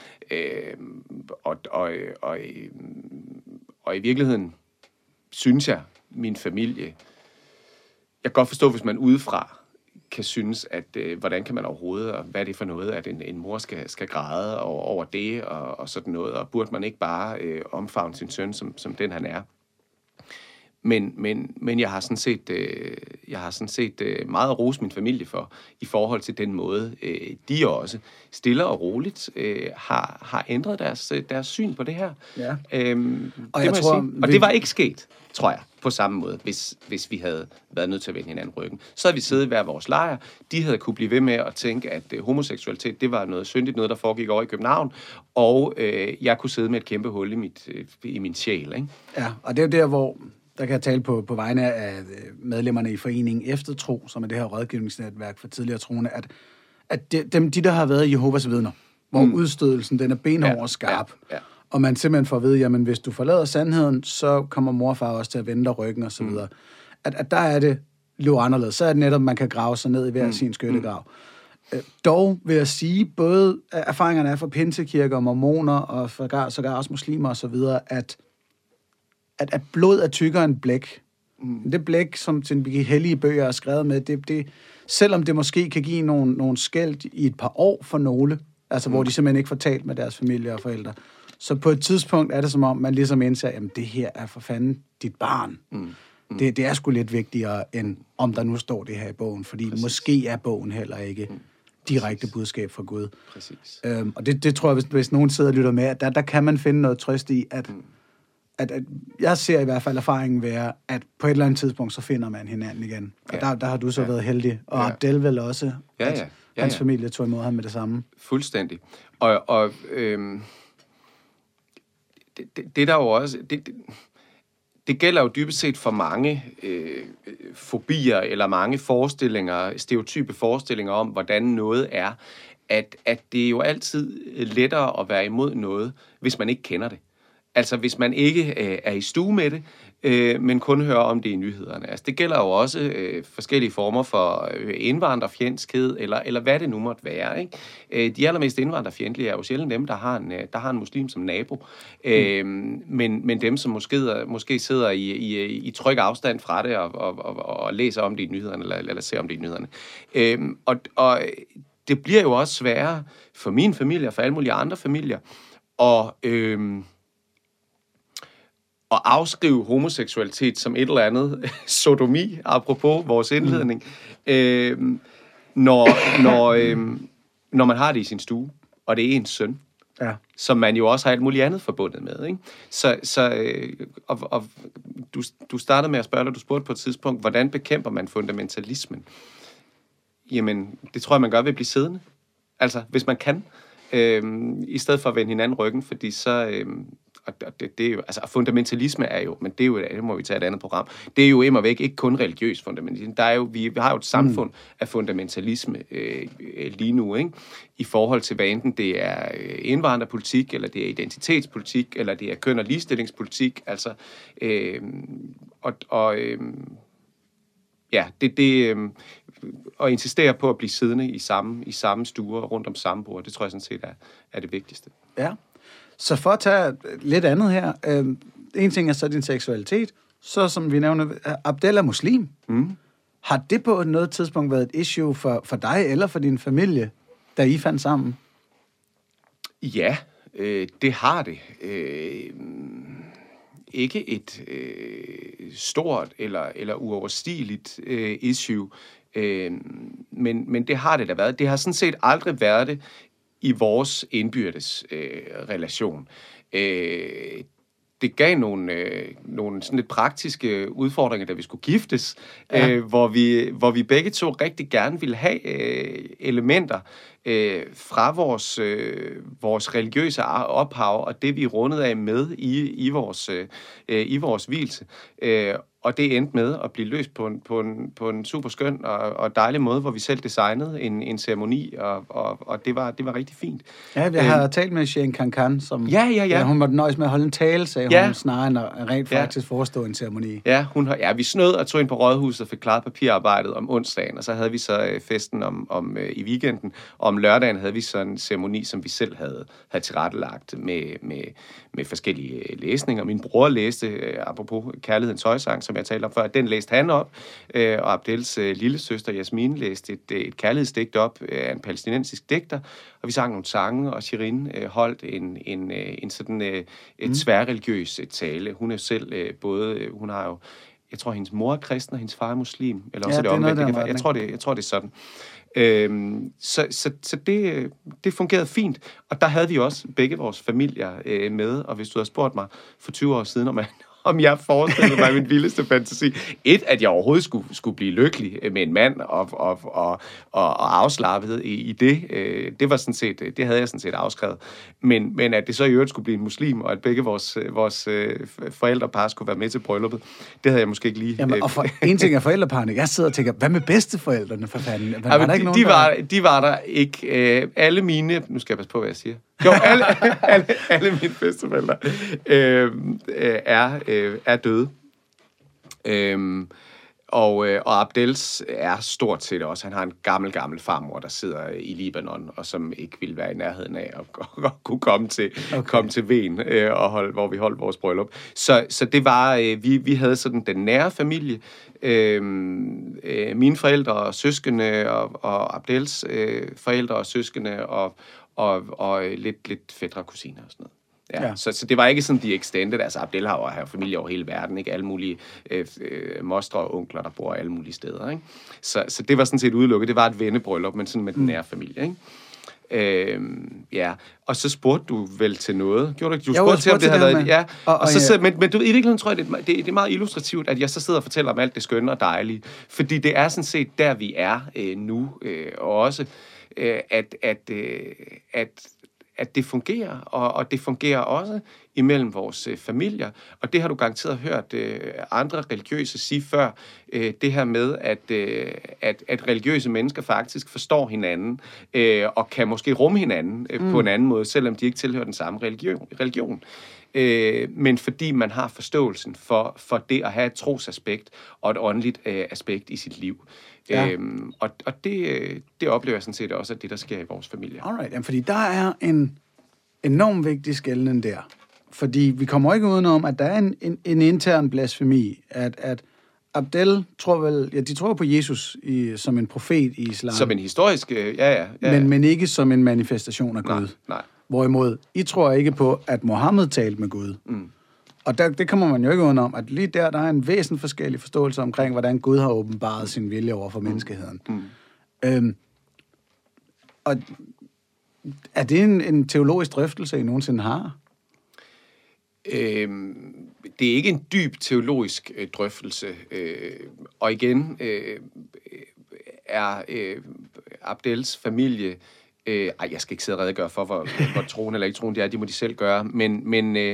Og i virkeligheden synes jeg, min familie, jeg kan godt forstå, hvis man udefra kan synes, at hvordan kan man overhovedet, og hvad er det for noget, at en mor skal græde over det, og sådan noget, og burde man ikke bare omfavne sin søn, som den han er. Men jeg har sådan set meget at rose min familie for, i forhold til den måde, de også stille og roligt har ændret deres syn på det her. Ja. Og det var ikke sket, tror jeg, på samme måde, hvis vi havde været nødt til at vende hinanden ryggen. Så havde vi siddet i hver vores lejr. De havde kunne blive ved med at tænke, at homoseksualitet, det var noget syndigt, noget, der foregik over i København, og jeg kunne sidde med et kæmpe hul i min sjæl. Ikke? Ja, og det er jo der, hvor der kan jeg tale på vegne af medlemmerne i foreningen Eftertro, som er det her rådgivningsnetværk for tidligere troende, at de der har været Jehovas vidner, hvor udstødelsen, den er benhård og skarp, og man simpelthen får at vide, jamen hvis du forlader sandheden, så kommer mor og far også til at vende dig ryggen og så videre. At der er det lidt anderledes. Så er det netop, man kan grave sig ned i hver sin skyttegrav. Dog vil jeg sige, både erfaringerne er fra pinsekirker og mormoner, og sågar også muslimer og så videre, at blod er tykkere end blæk. Det blæk, som til de hellige bøger er skrevet med, det, selvom det måske kan give nogle skæld i et par år for nogle, altså hvor de simpelthen ikke får talt med deres familie og forældre, så på et tidspunkt er det som om, man ligesom indser, jamen det her er for fanden dit barn. Det er sgu lidt vigtigere, end om der nu står det her i bogen, fordi måske er bogen heller ikke direkte budskab fra Gud. Præcis. Og det tror jeg, hvis nogen sidder og lytter med, at der kan man finde noget trøst i, at jeg ser i hvert fald erfaringen være, at på et eller andet tidspunkt, så finder man hinanden igen. Og der har du så været heldig. Og Abdel vel også, at hans familie tog imod ham med det samme. Fuldstændig. Og det der jo også... Det gælder jo dybest set for mange fobier eller mange forestillinger, stereotype forestillinger om, hvordan noget er, at det er jo altid lettere at være imod noget, hvis man ikke kender det. Altså hvis man ikke er i stue med det, men kun hører om det i nyhederne. Altså det gælder jo også forskellige former for indvandrerfjendskhed, eller hvad det nu måtte være. Ikke? De allermest indvandrerfjendtlige er jo sjældent dem, der har en muslim som nabo. Men dem, som måske sidder i tryg afstand fra det, og læser om det i nyhederne, eller ser om det i nyhederne. Og det bliver jo også sværere for min familie, og for alle mulige andre familier, at afskrive homoseksualitet som et eller andet sodomi, apropos vores indledning, når man har det i sin stue, og det er ens søn, som man jo også har alt muligt andet forbundet med. Ikke? Og du startede med at spørge, eller du spurgte på et tidspunkt, hvordan bekæmper man fundamentalismen? Jamen, det tror jeg, man gør ved at blive siddende. Altså, hvis man kan, i stedet for at vende hinanden ryggen, fordi så... det er jo, altså fundamentalisme er jo, men det er jo, det må vi tage et andet program, det er jo immer væk ikke kun religiøs fundamentalisme. Der er jo, vi har jo et samfund af fundamentalisme lige nu, ikke? I forhold til, hvad enten det er indvandrerpolitik, eller det er identitetspolitik, eller det er køn- og ligestillingspolitik, altså, og insistere på at blive siddende i samme stuer rundt om samme bord, det tror jeg sådan set er det vigtigste. Ja, så for at tage lidt andet her, en ting er så din seksualitet, så som vi nævner, Abdel er muslim. Har det på noget tidspunkt været et issue for dig eller for din familie, da I fandt sammen? Ja, det har det. Ikke et stort eller uoverstigeligt issue, men det har det da været. Det har sådan set aldrig været det i vores indbyrdes relation. Det gav nogle sådan lidt praktiske udfordringer, da vi skulle giftes, hvor vi begge to rigtig gerne ville have elementer fra vores religiøse ophav, og det vi rundede af med i vores vielse. Og det endte med at blive løst på en super skøn og dejlig måde, hvor vi selv designede en ceremoni, og det var rigtig fint. Ja, jeg har talt med Shane Kankan, som hun måtte nøjes med at holde en tale, sagde hun, snarere end at rent faktisk forestå en ceremoni. Ja, vi snød og tog ind på Rådhuset og fik klaret papirarbejdet om onsdagen, og så havde vi så festen i weekenden, og om lørdagen havde vi så en ceremoni, som vi selv havde tilrettelagt med forskellige læsninger. Min bror læste, apropos Kærlighedens højsang, som jeg talte om før, den læste han op, og Abdels lille søster Jasmin læste et kærlighedsdigt op af en palæstinensisk digter, og vi sang nogle sange, og Shirin holdt en sådan tværreligiøs tale. Hun er selv hun har jo, jeg tror, hendes mor er kristen, og hendes far er muslim, eller også det omvendt. Jeg tror, det er sådan. Så det fungerede fint, og der havde vi også begge vores familier med, og hvis du havde spurgt mig for 20 år siden, om jeg forestillede mig min vildeste fantasi. At jeg overhovedet skulle blive lykkelig med en mand og afslappet i det. Det var sådan set, det havde jeg sådan set afskrevet. Men at det så i øvrigt skulle blive en muslim, og at begge vores forældrepar skulle være med til brylluppet, det havde jeg måske ikke lige... Jamen, og en ting er forældreparne. Jeg sidder og tænker, hvad med bedsteforældrene for fanden? De var der ikke. Alle mine... Nu skal jeg passe på, hvad jeg siger. Jo, alle mine bedsteforældre er døde. Og Abdels er stort set også. Han har en gammel farmor, der sidder i Libanon, og som ikke ville være i nærheden af at kunne komme til Ven, hvor vi holdt vores bryllup. Så det var, vi havde sådan den nære familie. Mine forældre og søskende, og Abdels forældre og søskende, og lidt fætre og kusiner og sådan noget. Ja. Så det var ikke sådan de extended, altså Abdel har jo familie over hele verden, ikke? Alle mulige mostre og onkler, der bor alle mulige steder, ikke? Så det var sådan set udelukket, det var et vennebryllup, men sådan med den nære familie, ikke? Og så spurgte du vel til noget. Gjorde du ikke? Du spurgte til, om det havde været... Ja. Men du, i virkeligheden tror jeg, det er meget illustrativt, at jeg så sidder og fortæller om alt det skønne og dejlige. Fordi det er sådan set der, vi er nu. Og også, at det fungerer, og det fungerer også imellem vores familier. Og det har du garanteret hørt andre religiøse sige før, det her med, at religiøse mennesker faktisk forstår hinanden, og kan måske rumme hinanden på en anden måde, selvom de ikke tilhører den samme religion. Men fordi man har forståelsen for det at have et trosaspekt og et åndeligt aspekt i sit liv. Ja. Og det oplever jeg sådan set også, at det, der sker i vores familie. Alright, jamen, fordi der er en enormt vigtig skelnen der. Fordi vi kommer ikke udenom, at der er en intern blasfemi, at Abdel tror vel, de tror på Jesus som en profet i islam. Som en historisk, ja. Men ikke som en manifestation af Gud. Nej. Hvorimod, I tror ikke på, at Mohammed talte med Gud. Og det kommer man jo ikke udenom, at lige der er en væsentlig forskellig forståelse omkring, hvordan Gud har åbenbaret sin vilje over for menneskeheden. Og er det en teologisk drøftelse, I nogensinde har? Det er ikke en dyb teologisk drøftelse. Og igen er Abdels familie... jeg skal ikke sidde og redegøre for, hvor troen eller ikke troen det er, de må de selv gøre. Men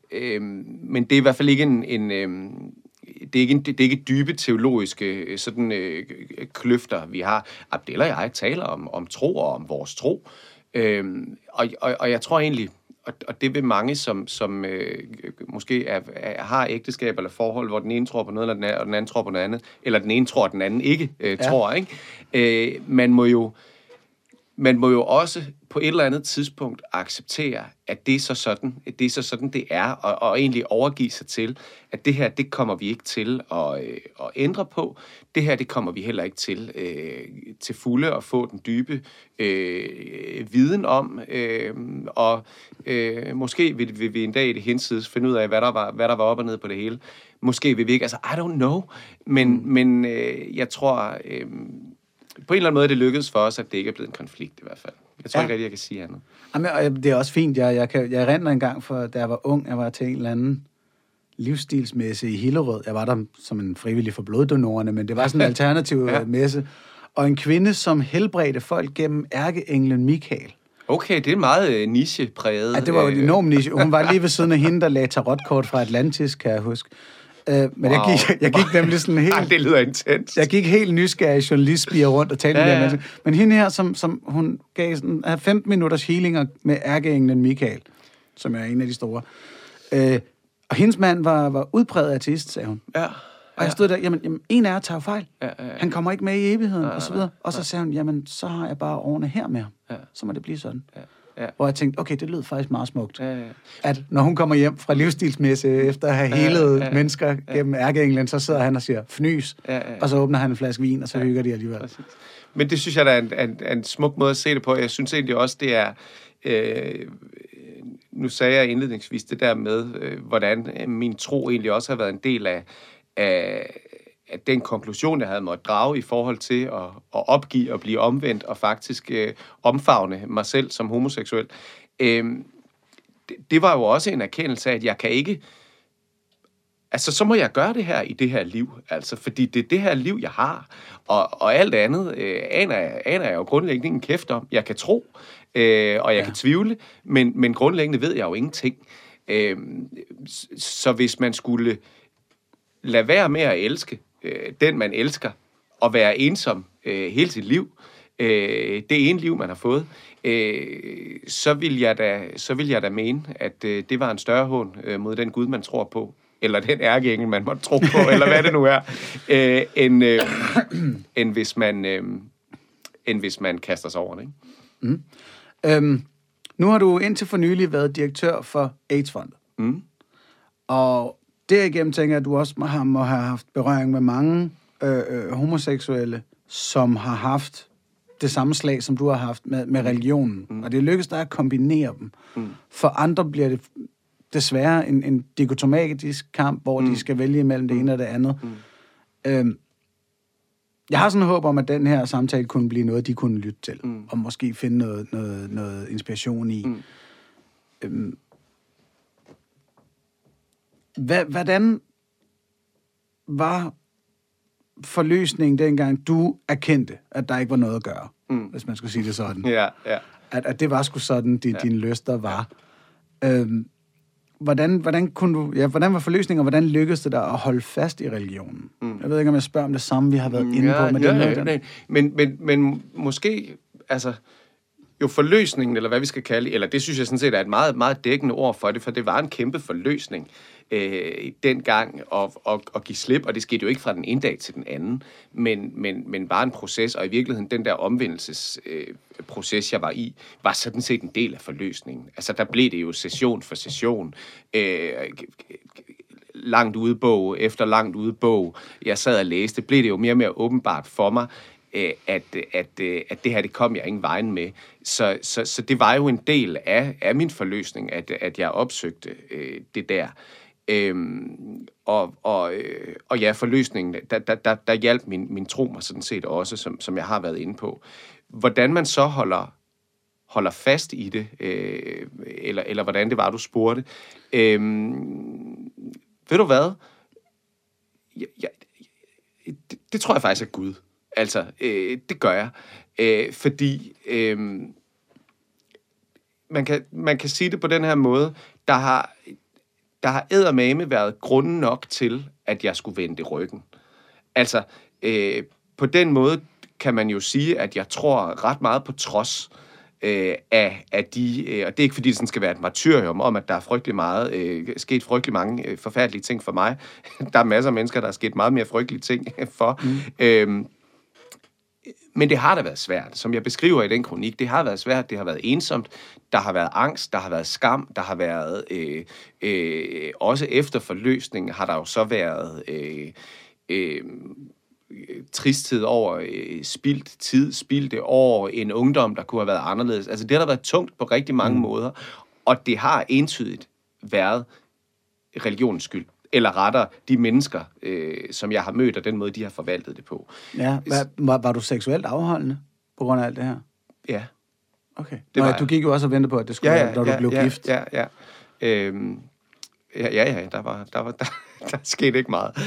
Men det er i hvert fald ikke det er ikke dybe teologiske kløfter, vi har. Abdel og jeg taler om tro og om vores tro. Og jeg tror egentlig, og det vil mange, som måske har ægteskab eller forhold, hvor den ene tror på noget, og den anden tror på noget andet, eller den ene tror, og den anden ikke tror, ikke? Man må jo også på et eller andet tidspunkt acceptere, at det er så sådan, det er, og egentlig overgive sig til, at det her, det kommer vi ikke til at ændre på. Det her, det kommer vi heller ikke til fulde at få den dybe viden om, og måske vil vi en dag i det hinsides finde ud af, hvad der var op og ned på det hele. Måske vil vi ikke, altså I don't know, men jeg tror... på en eller anden måde det lykkedes for os, at det ikke er blevet en konflikt i hvert fald. Jeg tror ikke rigtig, jeg kan sige andet. Jamen, det er også fint. Jeg erindrer en gang, for da jeg var ung, jeg var til en eller anden livsstilsmesse i Hillerød. Jeg var der som en frivillig for bloddonorerne, men det var sådan en alternativ messe. Og en kvinde, som helbredte folk gennem ærkeenglen Michael. Okay, det er meget nichepræget. Ja, det var jo en enorm niche. Hun var lige ved siden af hende, der lagde tarotkort fra Atlantis, kan jeg huske. Men wow. jeg gik nemlig sådan helt... det lyder intens. Jeg gik helt nysgerrig journalistspiger rundt og talte med de mennesker. Men hende her, som hun gav sådan 15 minutters healinger med ærkeenglen Michael, som er en af de store. Og hendes mand var udpræget ateist, sagde hun. Ja. Og jeg stod der, jamen en af jer tager fejl. Ja. Han kommer ikke med i evigheden, og så videre. Og så sagde hun, jamen så har jeg bare årene her med ham. Ja. Så må det blive sådan. Ja. Ja. Hvor jeg tænkte, okay, det lød faktisk meget smukt. Ja. At når hun kommer hjem fra livsstilsmæsse efter at have helet mennesker gennem ærkeenglen, så sidder han og siger, fnys, og så åbner han en flaske vin, og så hygger de alligevel. Præcis. Men det synes jeg, der er en smuk måde at se det på. Jeg synes egentlig også, det er... nu sagde jeg indledningsvis det der med, hvordan min tro egentlig også har været en del af den konklusion, jeg havde måttet drage i forhold til at opgive og blive omvendt og faktisk omfavne mig selv som homoseksuel. Det var jo også en erkendelse af, at jeg kan ikke... Altså, så må jeg gøre det her i det her liv. Altså, fordi det er det her liv, jeg har. Og alt andet aner jeg jo grundlæggende ingen kæft om. Jeg kan tro, og jeg kan tvivle, men grundlæggende ved jeg jo ingenting. Så hvis man skulle lade være med at elske den, man elsker, og være ensom hele sit liv, det ene liv, man har fået, så vil jeg da mene, at det var en større hån mod den Gud, man tror på, eller den ærkeengel, man måtte tro på, eller hvad det nu er, end hvis man kaster sig over det. Ikke? Nu har du indtil for nylig været direktør for AIDS-fondet. Og derigennem tænker jeg, at du også må have haft berøring med mange homoseksuelle, som har haft det samme slag, som du har haft med religionen. Og det lykkes dig at kombinere dem. For andre bliver det desværre en dikotomatisk kamp, hvor de skal vælge mellem det ene og det andet. Jeg har sådan en håb om, at den her samtale kunne blive noget, de kunne lytte til, og måske finde noget inspiration i. Hvordan var forløsningen dengang, du erkendte, at der ikke var noget at gøre, hvis man skulle sige det sådan? Ja. At det var sgu sådan, dine lyster var. Hvordan var forløsningen, og hvordan lykkedes det dig at holde fast i religionen? Jeg ved ikke, om jeg spørger om det samme, vi har været inde på med den. Men måske, altså... Jo, forløsningen, eller hvad vi skal kalde, eller det synes jeg sådan set er et meget, meget dækkende ord for det, for det var en kæmpe forløsning dengang at give slip, og det skete jo ikke fra den ene dag til den anden, men bare en proces, og i virkeligheden den der omvendelsesproces, jeg var i, var sådan set en del af forløsningen. Altså der blev det jo session for session, langt udebog efter langt udebog, jeg sad og læste, blev det jo mere og mere åbenbart for mig, at det her, det kom jeg ingen vejen med. Så det var jo en del af min forløsning, at jeg opsøgte det der. Og ja, forløsningen, der hjalp min tro mig sådan set også, som jeg har været inde på. Hvordan man så holder fast i det, eller hvordan det var, du spurgte. Ved du hvad? Det tror jeg faktisk er Gud. Altså, det gør jeg. Fordi man kan sige det på den her måde, der der har eddermame været grunden nok til, at jeg skulle vende det ryggen. Altså, på den måde kan man jo sige, at jeg tror ret meget på trods af de, og det er ikke fordi det sådan skal være et martyrium om, at der er sket frygtelig mange forfærdelige ting for mig. Der er masser af mennesker, der er sket meget mere frygtelige ting for. Men det har da været svært. Som jeg beskriver i den kronik, det har været svært, det har været ensomt, der har været angst, der har været skam, der har været, også efter forløsningen har der jo så været tristhed over spildt tid, spildte år, en ungdom, der kunne have været anderledes. Altså det har der været tungt på rigtig mange måder, og det har entydigt været religionens skyld. Eller rettere, de mennesker, som jeg har mødt, og den måde, de har forvaltet det på. Ja, var du seksuelt afholdende på grund af alt det her? Ja. Okay. Du gik jo også og ventede på, at det skulle være, da du blev gift. Ja. Der skete ikke meget.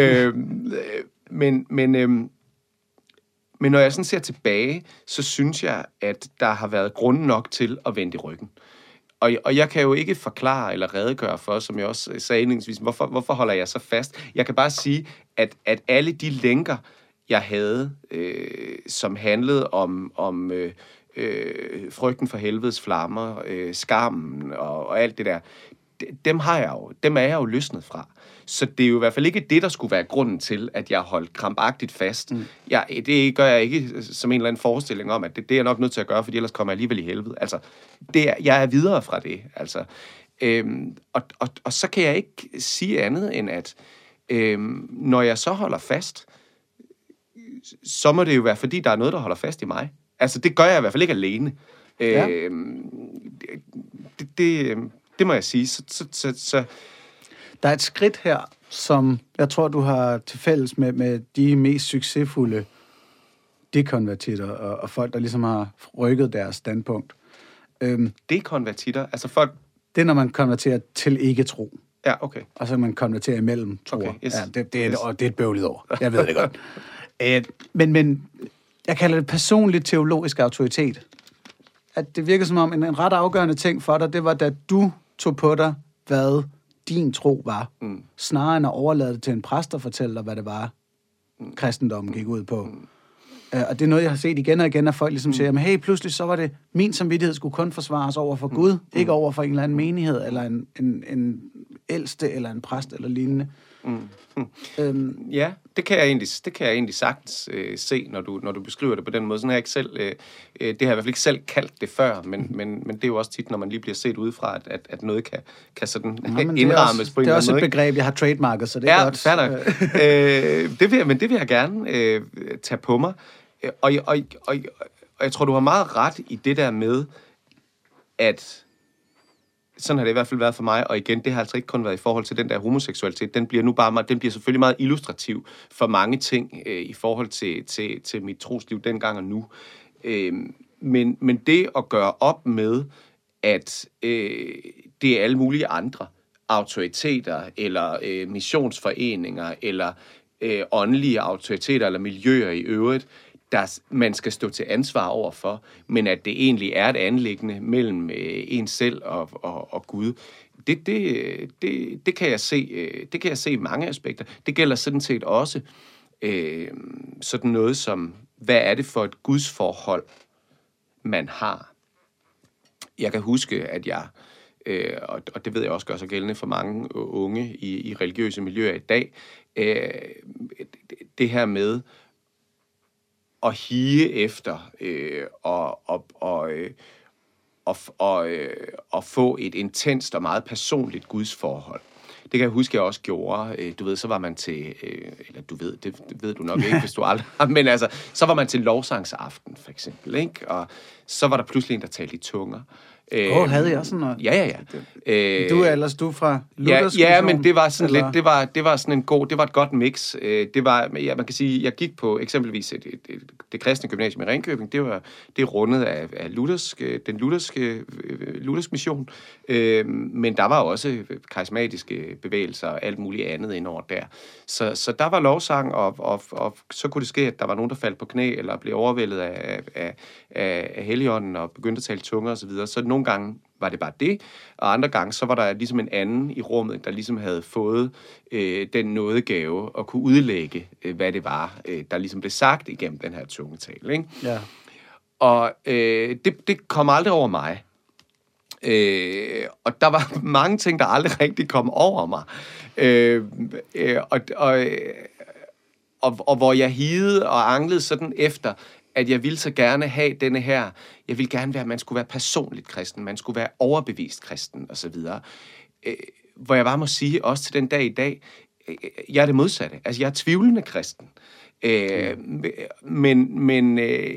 Men når jeg sådan ser tilbage, så synes jeg, at der har været grund nok til at vende i ryggen. Og jeg kan jo ikke forklare eller redegøre for, som jeg også sagde indledningsvis, hvorfor holder jeg så fast? Jeg kan bare sige, at alle de lænker, jeg havde, som handlede om frygten for helvedes flammer, skammen og alt det der, dem er jeg jo løsnet fra. Så det er jo i hvert fald ikke det, der skulle være grunden til, at jeg holdt krampagtigt fast. Det gør jeg ikke som en eller anden forestilling om, at det er jeg nok nødt til at gøre, for ellers kommer jeg alligevel i helvede. Altså, jeg er videre fra det. Altså, og så kan jeg ikke sige andet end, at når jeg så holder fast, så må det jo være, fordi der er noget, der holder fast i mig. Altså, det gør jeg i hvert fald ikke alene. Ja. Det må jeg sige. Så der er et skridt her, som jeg tror, du har til fælles med de mest succesfulde dekonvertitter og folk, der ligesom har rykket deres standpunkt. Dekonvertitter? Altså folk... Det er, når man konverterer til ikke-tro. Ja, okay. Og så man konverterer imellem troer. Okay, yes. Ja, det er et bøvlet ord. Jeg ved det godt. Men jeg kalder det personlig teologisk autoritet. At det virker som om en ret afgørende ting for dig, det var, da du tog på dig, hvad din tro var, snarere end at overlade det til en præst og fortælle dig, hvad det var, kristendommen gik ud på. Og det er noget, jeg har set igen og igen, at folk ligesom siger, men hey, pludselig så var det, min samvittighed skulle kun forsvares over for Gud, ikke over for en eller anden menighed, eller en ældste, eller en præst, eller lignende. Ja, det kan jeg egentlig sagtens se, når du beskriver det på den måde. Sådan har jeg ikke selv, det har jeg i hvert fald ikke selv kaldt det før, men det er jo også tit, når man lige bliver set udefra, at noget kan sådan indrammes på en eller anden måde. Det er også et begreb, jeg har trademarket, så det er godt. Ja, fair nok. Det vil jeg gerne tage på mig. Og jeg tror, du har meget ret i det der med, at sådan har det i hvert fald været for mig, og igen, det har altså ikke kun været i forhold til den der homoseksualitet. Den bliver selvfølgelig meget illustrativ for mange ting i forhold til mit trosliv dengang og nu. Men det at gøre op med, at det er alle mulige andre autoriteter, eller missionsforeninger, eller åndelige autoriteter, eller miljøer i øvrigt, der man skal stå til ansvar overfor, men at det egentlig er et anliggende mellem en selv og Gud. Det kan jeg se i mange aspekter. Det gælder sådan set også sådan noget som, hvad er det for et gudsforhold, man har? Jeg kan huske, at jeg, og det ved jeg også gør sig gældende for mange unge i religiøse miljøer i dag, det her med at hige efter og få et intenst og meget personligt gudsforhold. Det kan jeg huske, jeg også gjorde. Du ved, så var man til, eller du ved, det ved du nok ikke, hvis du aldrig har, men altså, så var man til lovsangsaften, for eksempel, ikke? Og så var der pludselig en, der talte i tunger. Havde jeg sådan noget? Ja. Du er fra Luthersk mission? Ja, men det var sådan eller? Lidt, det var sådan en god, det var et godt mix. Det var, ja, man kan sige, jeg gik på eksempelvis det kristne gymnasium i Ringkøbing. Det er rundet af den lutherske mission. Men der var også karismatiske bevægelser og alt muligt andet indover der. Så der var lovsang, og så kunne det ske, at der var nogen, der faldt på knæ, eller blev overvældet af Helligånden og begyndte at tale tunger osv. Så nogle gange var det bare det, og andre gange, så var der ligesom en anden i rummet, der ligesom havde fået den nådegave og kunne udlægge, hvad det var, der ligesom blev sagt igennem den her tungetale, ikke? Ja. Og det kom aldrig over mig. Og der var mange ting, der aldrig rigtig kom over mig. Og hvor jeg higede og anglede sådan efter, at jeg ville så gerne have denne her, jeg ville gerne være, at man skulle være personligt kristen, man skulle være overbevist kristen, og så videre. Hvor jeg bare må sige, også til den dag i dag, jeg er det modsatte. Altså, jeg er tvivlende kristen. Men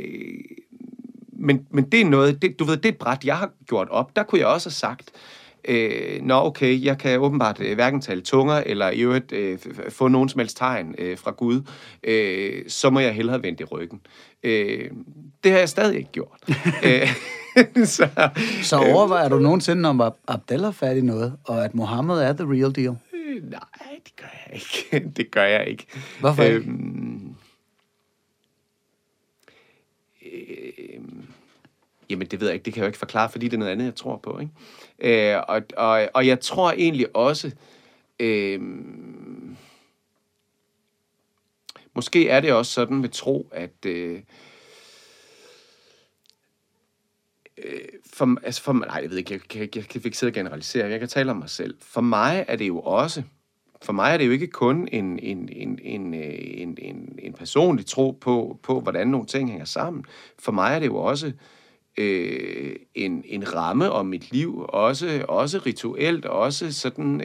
det er noget, du ved, det er et bræt, jeg har gjort op. Der kunne jeg også have sagt, okay, jeg kan åbenbart hverken tale tunger, eller i øvrigt få nogen som helst tegn fra Gud, så må jeg hellere vende i ryggen. Det har jeg stadig ikke gjort. Så overvejer du nogensinde, om Abdel har fat i noget, og at Mohammed er the real deal? Nej, det gør jeg ikke. Det gør jeg ikke. Hvorfor ikke? Jamen, det ved jeg ikke. Det kan jeg jo ikke forklare, fordi det er noget andet, jeg tror på, ikke? Og jeg tror egentlig også, måske er det også sådan med tro, at nej, jeg ved ikke, jeg kan ikke sidde og generalisere, jeg kan tale om mig selv. For mig er det jo ikke kun en personlig tro på, hvordan nogle ting hænger sammen. For mig er det jo også en ramme om mit liv, også rituelt, også sådan,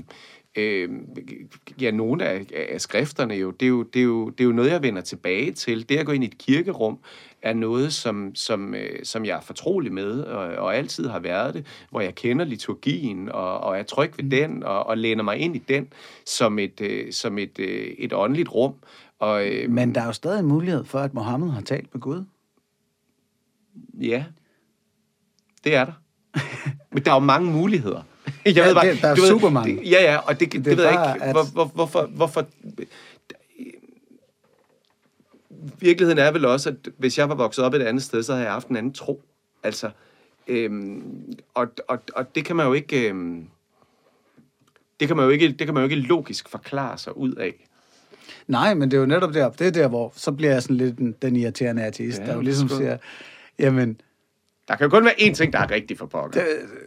nogle af skrifterne jo, det er jo noget, jeg vender tilbage til. Det at gå ind i et kirkerum er noget, som jeg er fortrolig med, og altid har været det, hvor jeg kender liturgien, og er tryg ved den, og læner mig ind i den, som et åndeligt rum. Men der er jo stadig en mulighed for, at Mohammed har talt med Gud. Ja, det er der. Men der er jo mange muligheder. Der er super mange. Ja, og det ved jeg ikke. Hvorfor? Virkeligheden er vel også, at hvis jeg var vokset op et andet sted, så havde jeg haft en anden tro. Altså, og det kan man jo ikke... Det kan man jo ikke logisk forklare sig ud af. Nej, men det er jo netop der. Det er der, hvor så bliver jeg sådan lidt den irriterende ateist, der jo ligesom siger, jamen... Der kan jo kun være én ting, der er rigtig for pokker.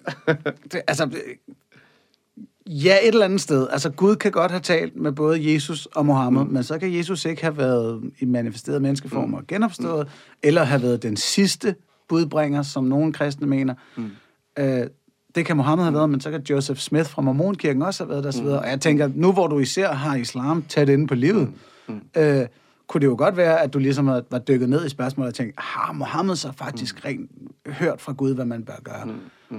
Ja, et eller andet sted. Altså, Gud kan godt have talt med både Jesus og Mohammed, men så kan Jesus ikke have været i manifesteret menneskeform og genopstået, eller have været den sidste budbringer, som nogle kristne mener. Det kan Mohammed have været, men så kan Joseph Smith fra Mormonkirken også have været der, så videre. Og jeg tænker, nu hvor du især har islam tæt inde på livet, kunne det jo godt være, at du ligesom var dykket ned i spørgsmålet og tænkt, har Mohammed så faktisk rent hørt fra Gud, hvad man bør gøre?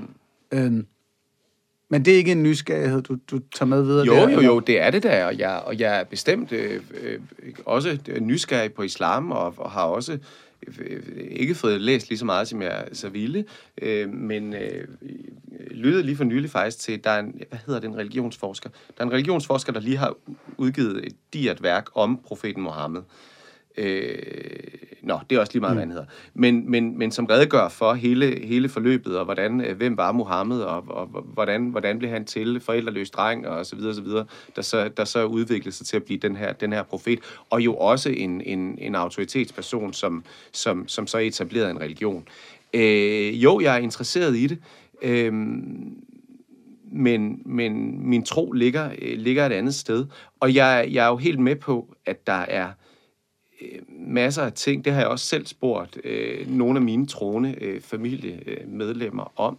Men det er ikke en nysgerrighed, du tager med videre? Jo, det er det der, og jeg er bestemt også nysgerrig på islam, og har også ikke fået læst lige så meget, som jeg så ville, men lyttede lige for nylig faktisk til, der er en religionsforsker? Der er en religionsforsker, der lige har udgivet et digert værk om profeten Mohammed. Det er også lige meget, hvad han hedder. Men som redegør for hele forløbet, og hvem var Mohammed, og hvordan blev han til forældreløs dreng, og så videre, der så udviklede sig til at blive den her profet, og jo også en autoritetsperson, som så etablerede en religion. Jeg er interesseret i det, men min tro ligger et andet sted, og jeg er jo helt med på, at der er masser af ting, det har jeg også selv spurgt nogle af mine troende familiemedlemmer om.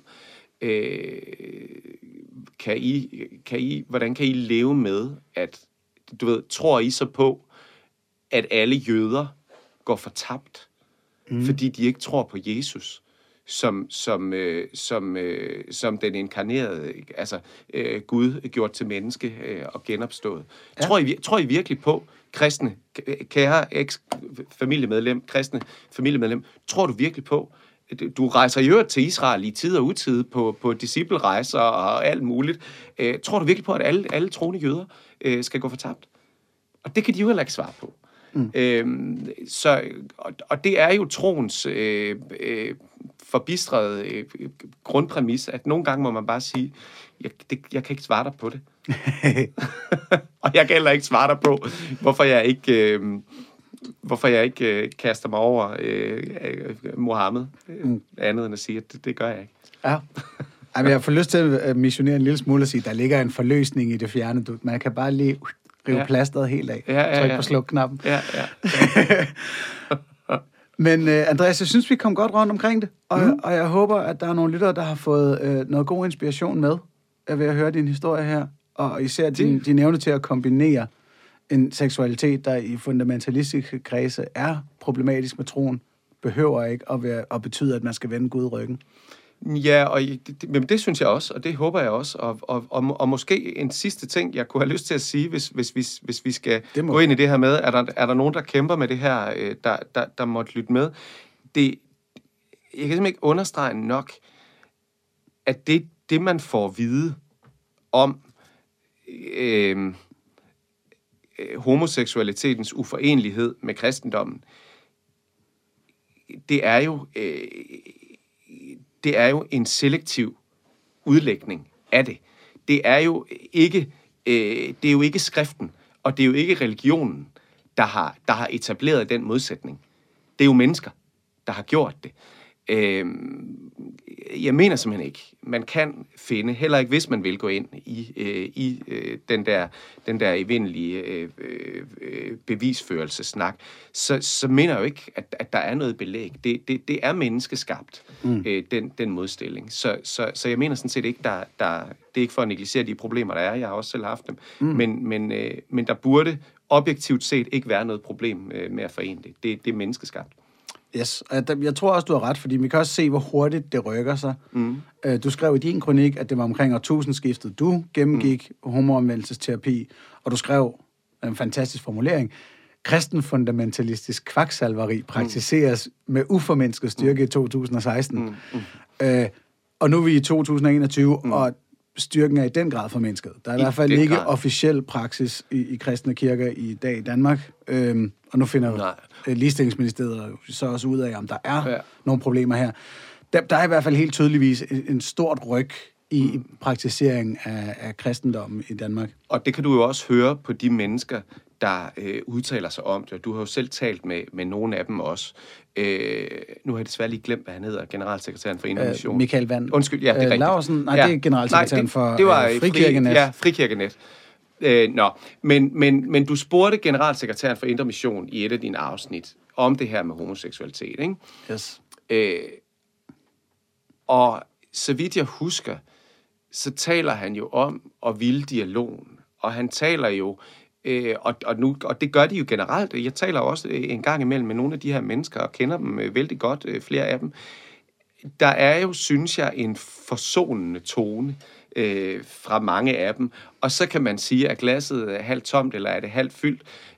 Hvordan kan I leve med, at, tror I så på, at alle jøder går fortabt, fordi de ikke tror på Jesus, som den inkarnerede, altså Gud gjort til menneske og genopstået. Ja. Tror I virkelig på, kristne, kære kristne familiemedlem, tror du virkelig på, du rejser i øvrigt til Israel i tid og utid på disciplerejser og alt muligt, tror du virkelig på, at alle troende jøder skal gå fortabt? Og det kan de jo heller ikke svare på. Og det er jo troens forbistret grundpræmis, at nogle gange må man bare sige, jeg kan ikke svare dig på det. Og jeg kan heller ikke svare dig på, hvorfor jeg ikke kaster mig over Mohammed, andet end at sige, at det gør jeg ikke. Ja. Jamen, jeg får lyst til at missionere en lille smule og sige, at der ligger en forløsning i det fjerne. Man kan bare lige rive plasteret helt af. Tryk på slukknappen. Ja. Men Andreas, jeg synes, vi kom godt rundt omkring det. Og jeg håber, at der er nogle lyttere, der har fået noget god inspiration med ved at høre din historie her. Og især din evne til at kombinere en seksualitet, der i fundamentalistiske kredse er problematisk med troen, behøver ikke at betyde, at man skal vende Gud ryggen. Ja, og det synes jeg også, og det håber jeg også. Og måske en sidste ting, jeg kunne have lyst til at sige, hvis vi skal gå ind i det her med, er der nogen, der kæmper med det her, der måtte lytte med. Jeg kan simpelthen ikke understrege nok, at det man får at vide om homoseksualitetens uforenlighed med kristendommen, det er jo en selektiv udlægning af det. Det er jo ikke skriften, og det er jo ikke religionen, der har etableret den modsætning. Det er jo mennesker, der har gjort det. Jeg mener simpelthen ikke, man kan finde, heller ikke hvis man vil gå ind i den der evindelige bevisførelsesnak, så mener jeg jo ikke, at der er noget belæg. Det er menneskeskabt, den modstilling. Så jeg mener sådan set ikke, det er ikke for at negligere de problemer, der er. Jeg har også selv haft dem. Men der burde objektivt set ikke være noget problem med at forene det. Det er menneskeskabt. Yes, jeg tror også, du har ret, fordi vi kan også se, hvor hurtigt det rykker sig. Du skrev i din kronik, at det var omkring årtusindskiftet. Du gennemgik homoomvendelsesterapi, og du skrev en fantastisk formulering. Kristen fundamentalistisk kvaksalveri praktiseres med uformindsket styrke i 2016. Og nu er vi i 2021, og styrken er i den grad formindsket. Der er i hvert fald ikke officiel praksis i kristne kirker i dag i Danmark. Og nu finder ligestillingsministeriet så også ud af, om der er nogle problemer her. Der er i hvert fald helt tydeligvis en stort ryg i praktiseringen af kristendommen i Danmark. Og det kan du jo også høre på de mennesker, der udtaler sig om det. Du har jo selv talt med nogle af dem også. Nu har jeg desværre lige glemt, hvad han hedder, generalsekretæren for Indre Mission. Michael Vand. Undskyld, ja, det er rigtigt. Laursen, nej, det er generalsekretæren for Frikirkenet. Ja, Frikirkenet. Men du spurgte generalsekretæren for Indre Mission i et af dine afsnit om det her med homoseksualitet, ikke? Yes. Og så vidt jeg husker, så taler han jo om at ville dialogen. Og han taler jo, og det gør de jo generelt. Jeg taler også en gang imellem med nogle af de her mennesker, og kender dem vældig godt, flere af dem. Der er jo, synes jeg, en forsonende tone fra mange af dem. Og så kan man sige, at glasset er halvt tomt, eller er det halvt fyldt.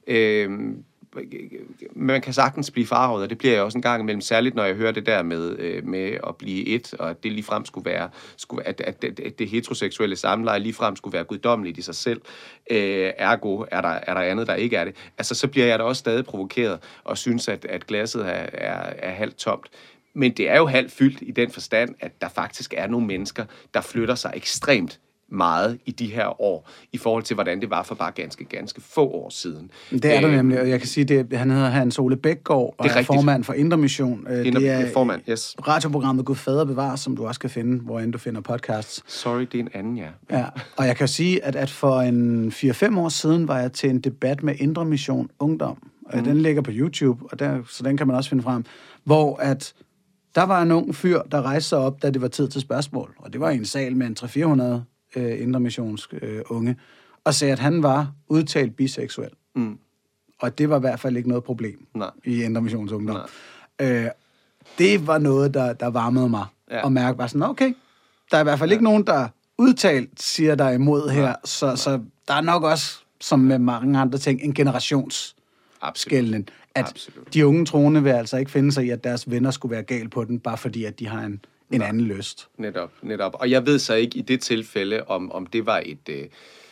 Man kan sagtens blive farvet, og det bliver jeg også en gang imellem, særligt når jeg hører det der med at blive et, og at det ligefrem at det heteroseksuelle samleje ligefrem skulle være guddommeligt i sig selv. Ergo er der andet, der ikke er det. Altså, så bliver jeg da også stadig provokeret, og synes, at glasset er halvt tomt. Men det er jo halvt fyldt i den forstand, at der faktisk er nogle mennesker, der flytter sig ekstremt meget i de her år, i forhold til, hvordan det var for bare ganske få år siden. Det er der nemlig, og jeg kan sige, at han hedder Hans Ole Bækgaard, og er formand for Indre Mission. Det er formand, yes. Radioprogrammet Gud Fader bevares, som du også kan finde, hvorend du finder podcasts. Sorry, det er en anden, ja. Og jeg kan sige, at for en 4-5 år siden var jeg til en debat med Indre Mission Ungdom. Den ligger på YouTube, og så den kan man også finde frem, hvor at der var en ung fyr, der rejste sig op, da det var tid til spørgsmål. Og det var i en sal med en 300-400 Indre Missions unge, og sagde, at han var udtalt biseksuel. Og det var i hvert fald ikke noget problem i Indre Missions Ungdom. Det var noget, der varmede mig, og mærke bare sådan, okay, der er i hvert fald ikke nogen, der udtalt siger der imod her, så der er nok også, som med mange andre ting, en generationsskælden. At de unge troende vil altså ikke finde sig i, at deres venner skulle være gal på den, bare fordi, at de har en anden lyst. Netop. Og jeg ved så ikke i det tilfælde, om det var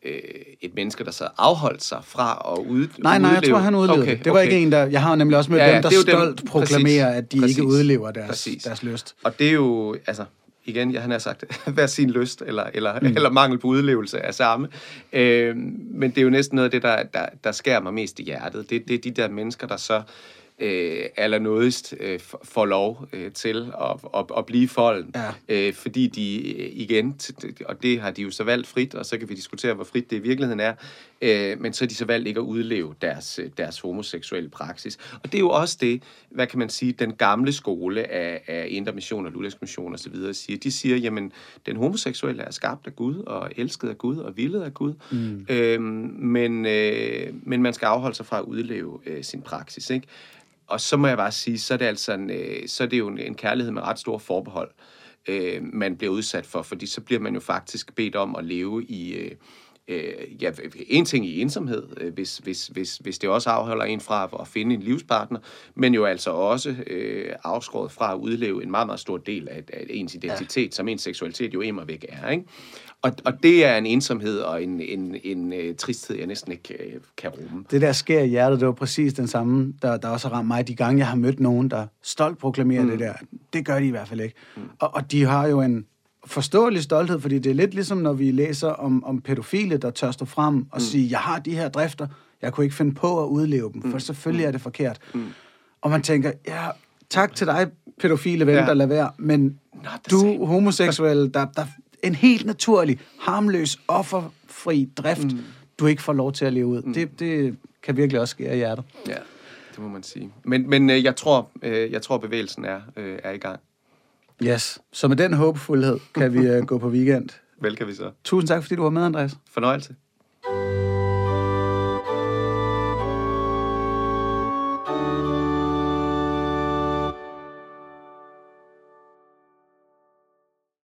et menneske, der så afholdt sig fra at udleve. Nej, jeg tror, han udlevede det. Det var ikke en, der... Jeg har nemlig også mødt dem, der stolt proklamerer, at de ikke udlever deres lyst. Og det er jo, altså, igen, han har sagt, hver sin lyst, eller mangel på udlevelse af samme. Men det er jo næsten noget af det, der skærer mig mest i hjertet. Det er de der mennesker, der så allernådigst får lov til at blive folden, fordi de igen, og det har de jo så valgt frit, og så kan vi diskutere, hvor frit det i virkeligheden er, men så er de så valgt ikke at udleve deres homoseksuelle praksis. Og det er jo også det, hvad kan man sige, den gamle skole af Indre Mission og Luthersk Mission og så videre siger. De siger, jamen, den homoseksuelle er skabt af Gud, og elsket af Gud, og villet af Gud, men man skal afholde sig fra at udleve sin praksis, ikke? Og så må jeg bare sige, så er det altså så er det jo en kærlighed med ret store forbehold, man bliver udsat for, fordi så bliver man jo faktisk bedt om at leve i en ting i ensomhed, hvis det også afholder en fra at finde en livspartner, men jo altså også afskåret fra at udleve en meget, meget stor del af ens identitet, som ens seksualitet jo immer væk er, ikke? Og det er en ensomhed og en tristhed, jeg næsten ikke kan rumme. Det der sker i hjertet, det var præcis den samme, der også har ramt mig de gange, jeg har mødt nogen, der stolt proklamerer det der. Det gør de i hvert fald ikke. Og de har jo en forståelig stolthed, fordi det er lidt ligesom, når vi læser om pædofile, der tør stå frem og sige, jeg har de her drifter, jeg kunne ikke finde på at udleve dem, for selvfølgelig er det forkert. Og man tænker, ja, tak til dig, pædofile ven, der lader være, men du homoseksuel, der en helt naturlig, harmløs, offerfri drift, du ikke får lov til at leve ud. Det kan virkelig også skære i hjertet. Ja, det må man sige. Men jeg tror bevægelsen er i gang. Yes. Så med den håbefuldhed kan vi gå på weekend. Vel kan vi så. Tusind tak, fordi du var med, Andreas. Fornøjelse.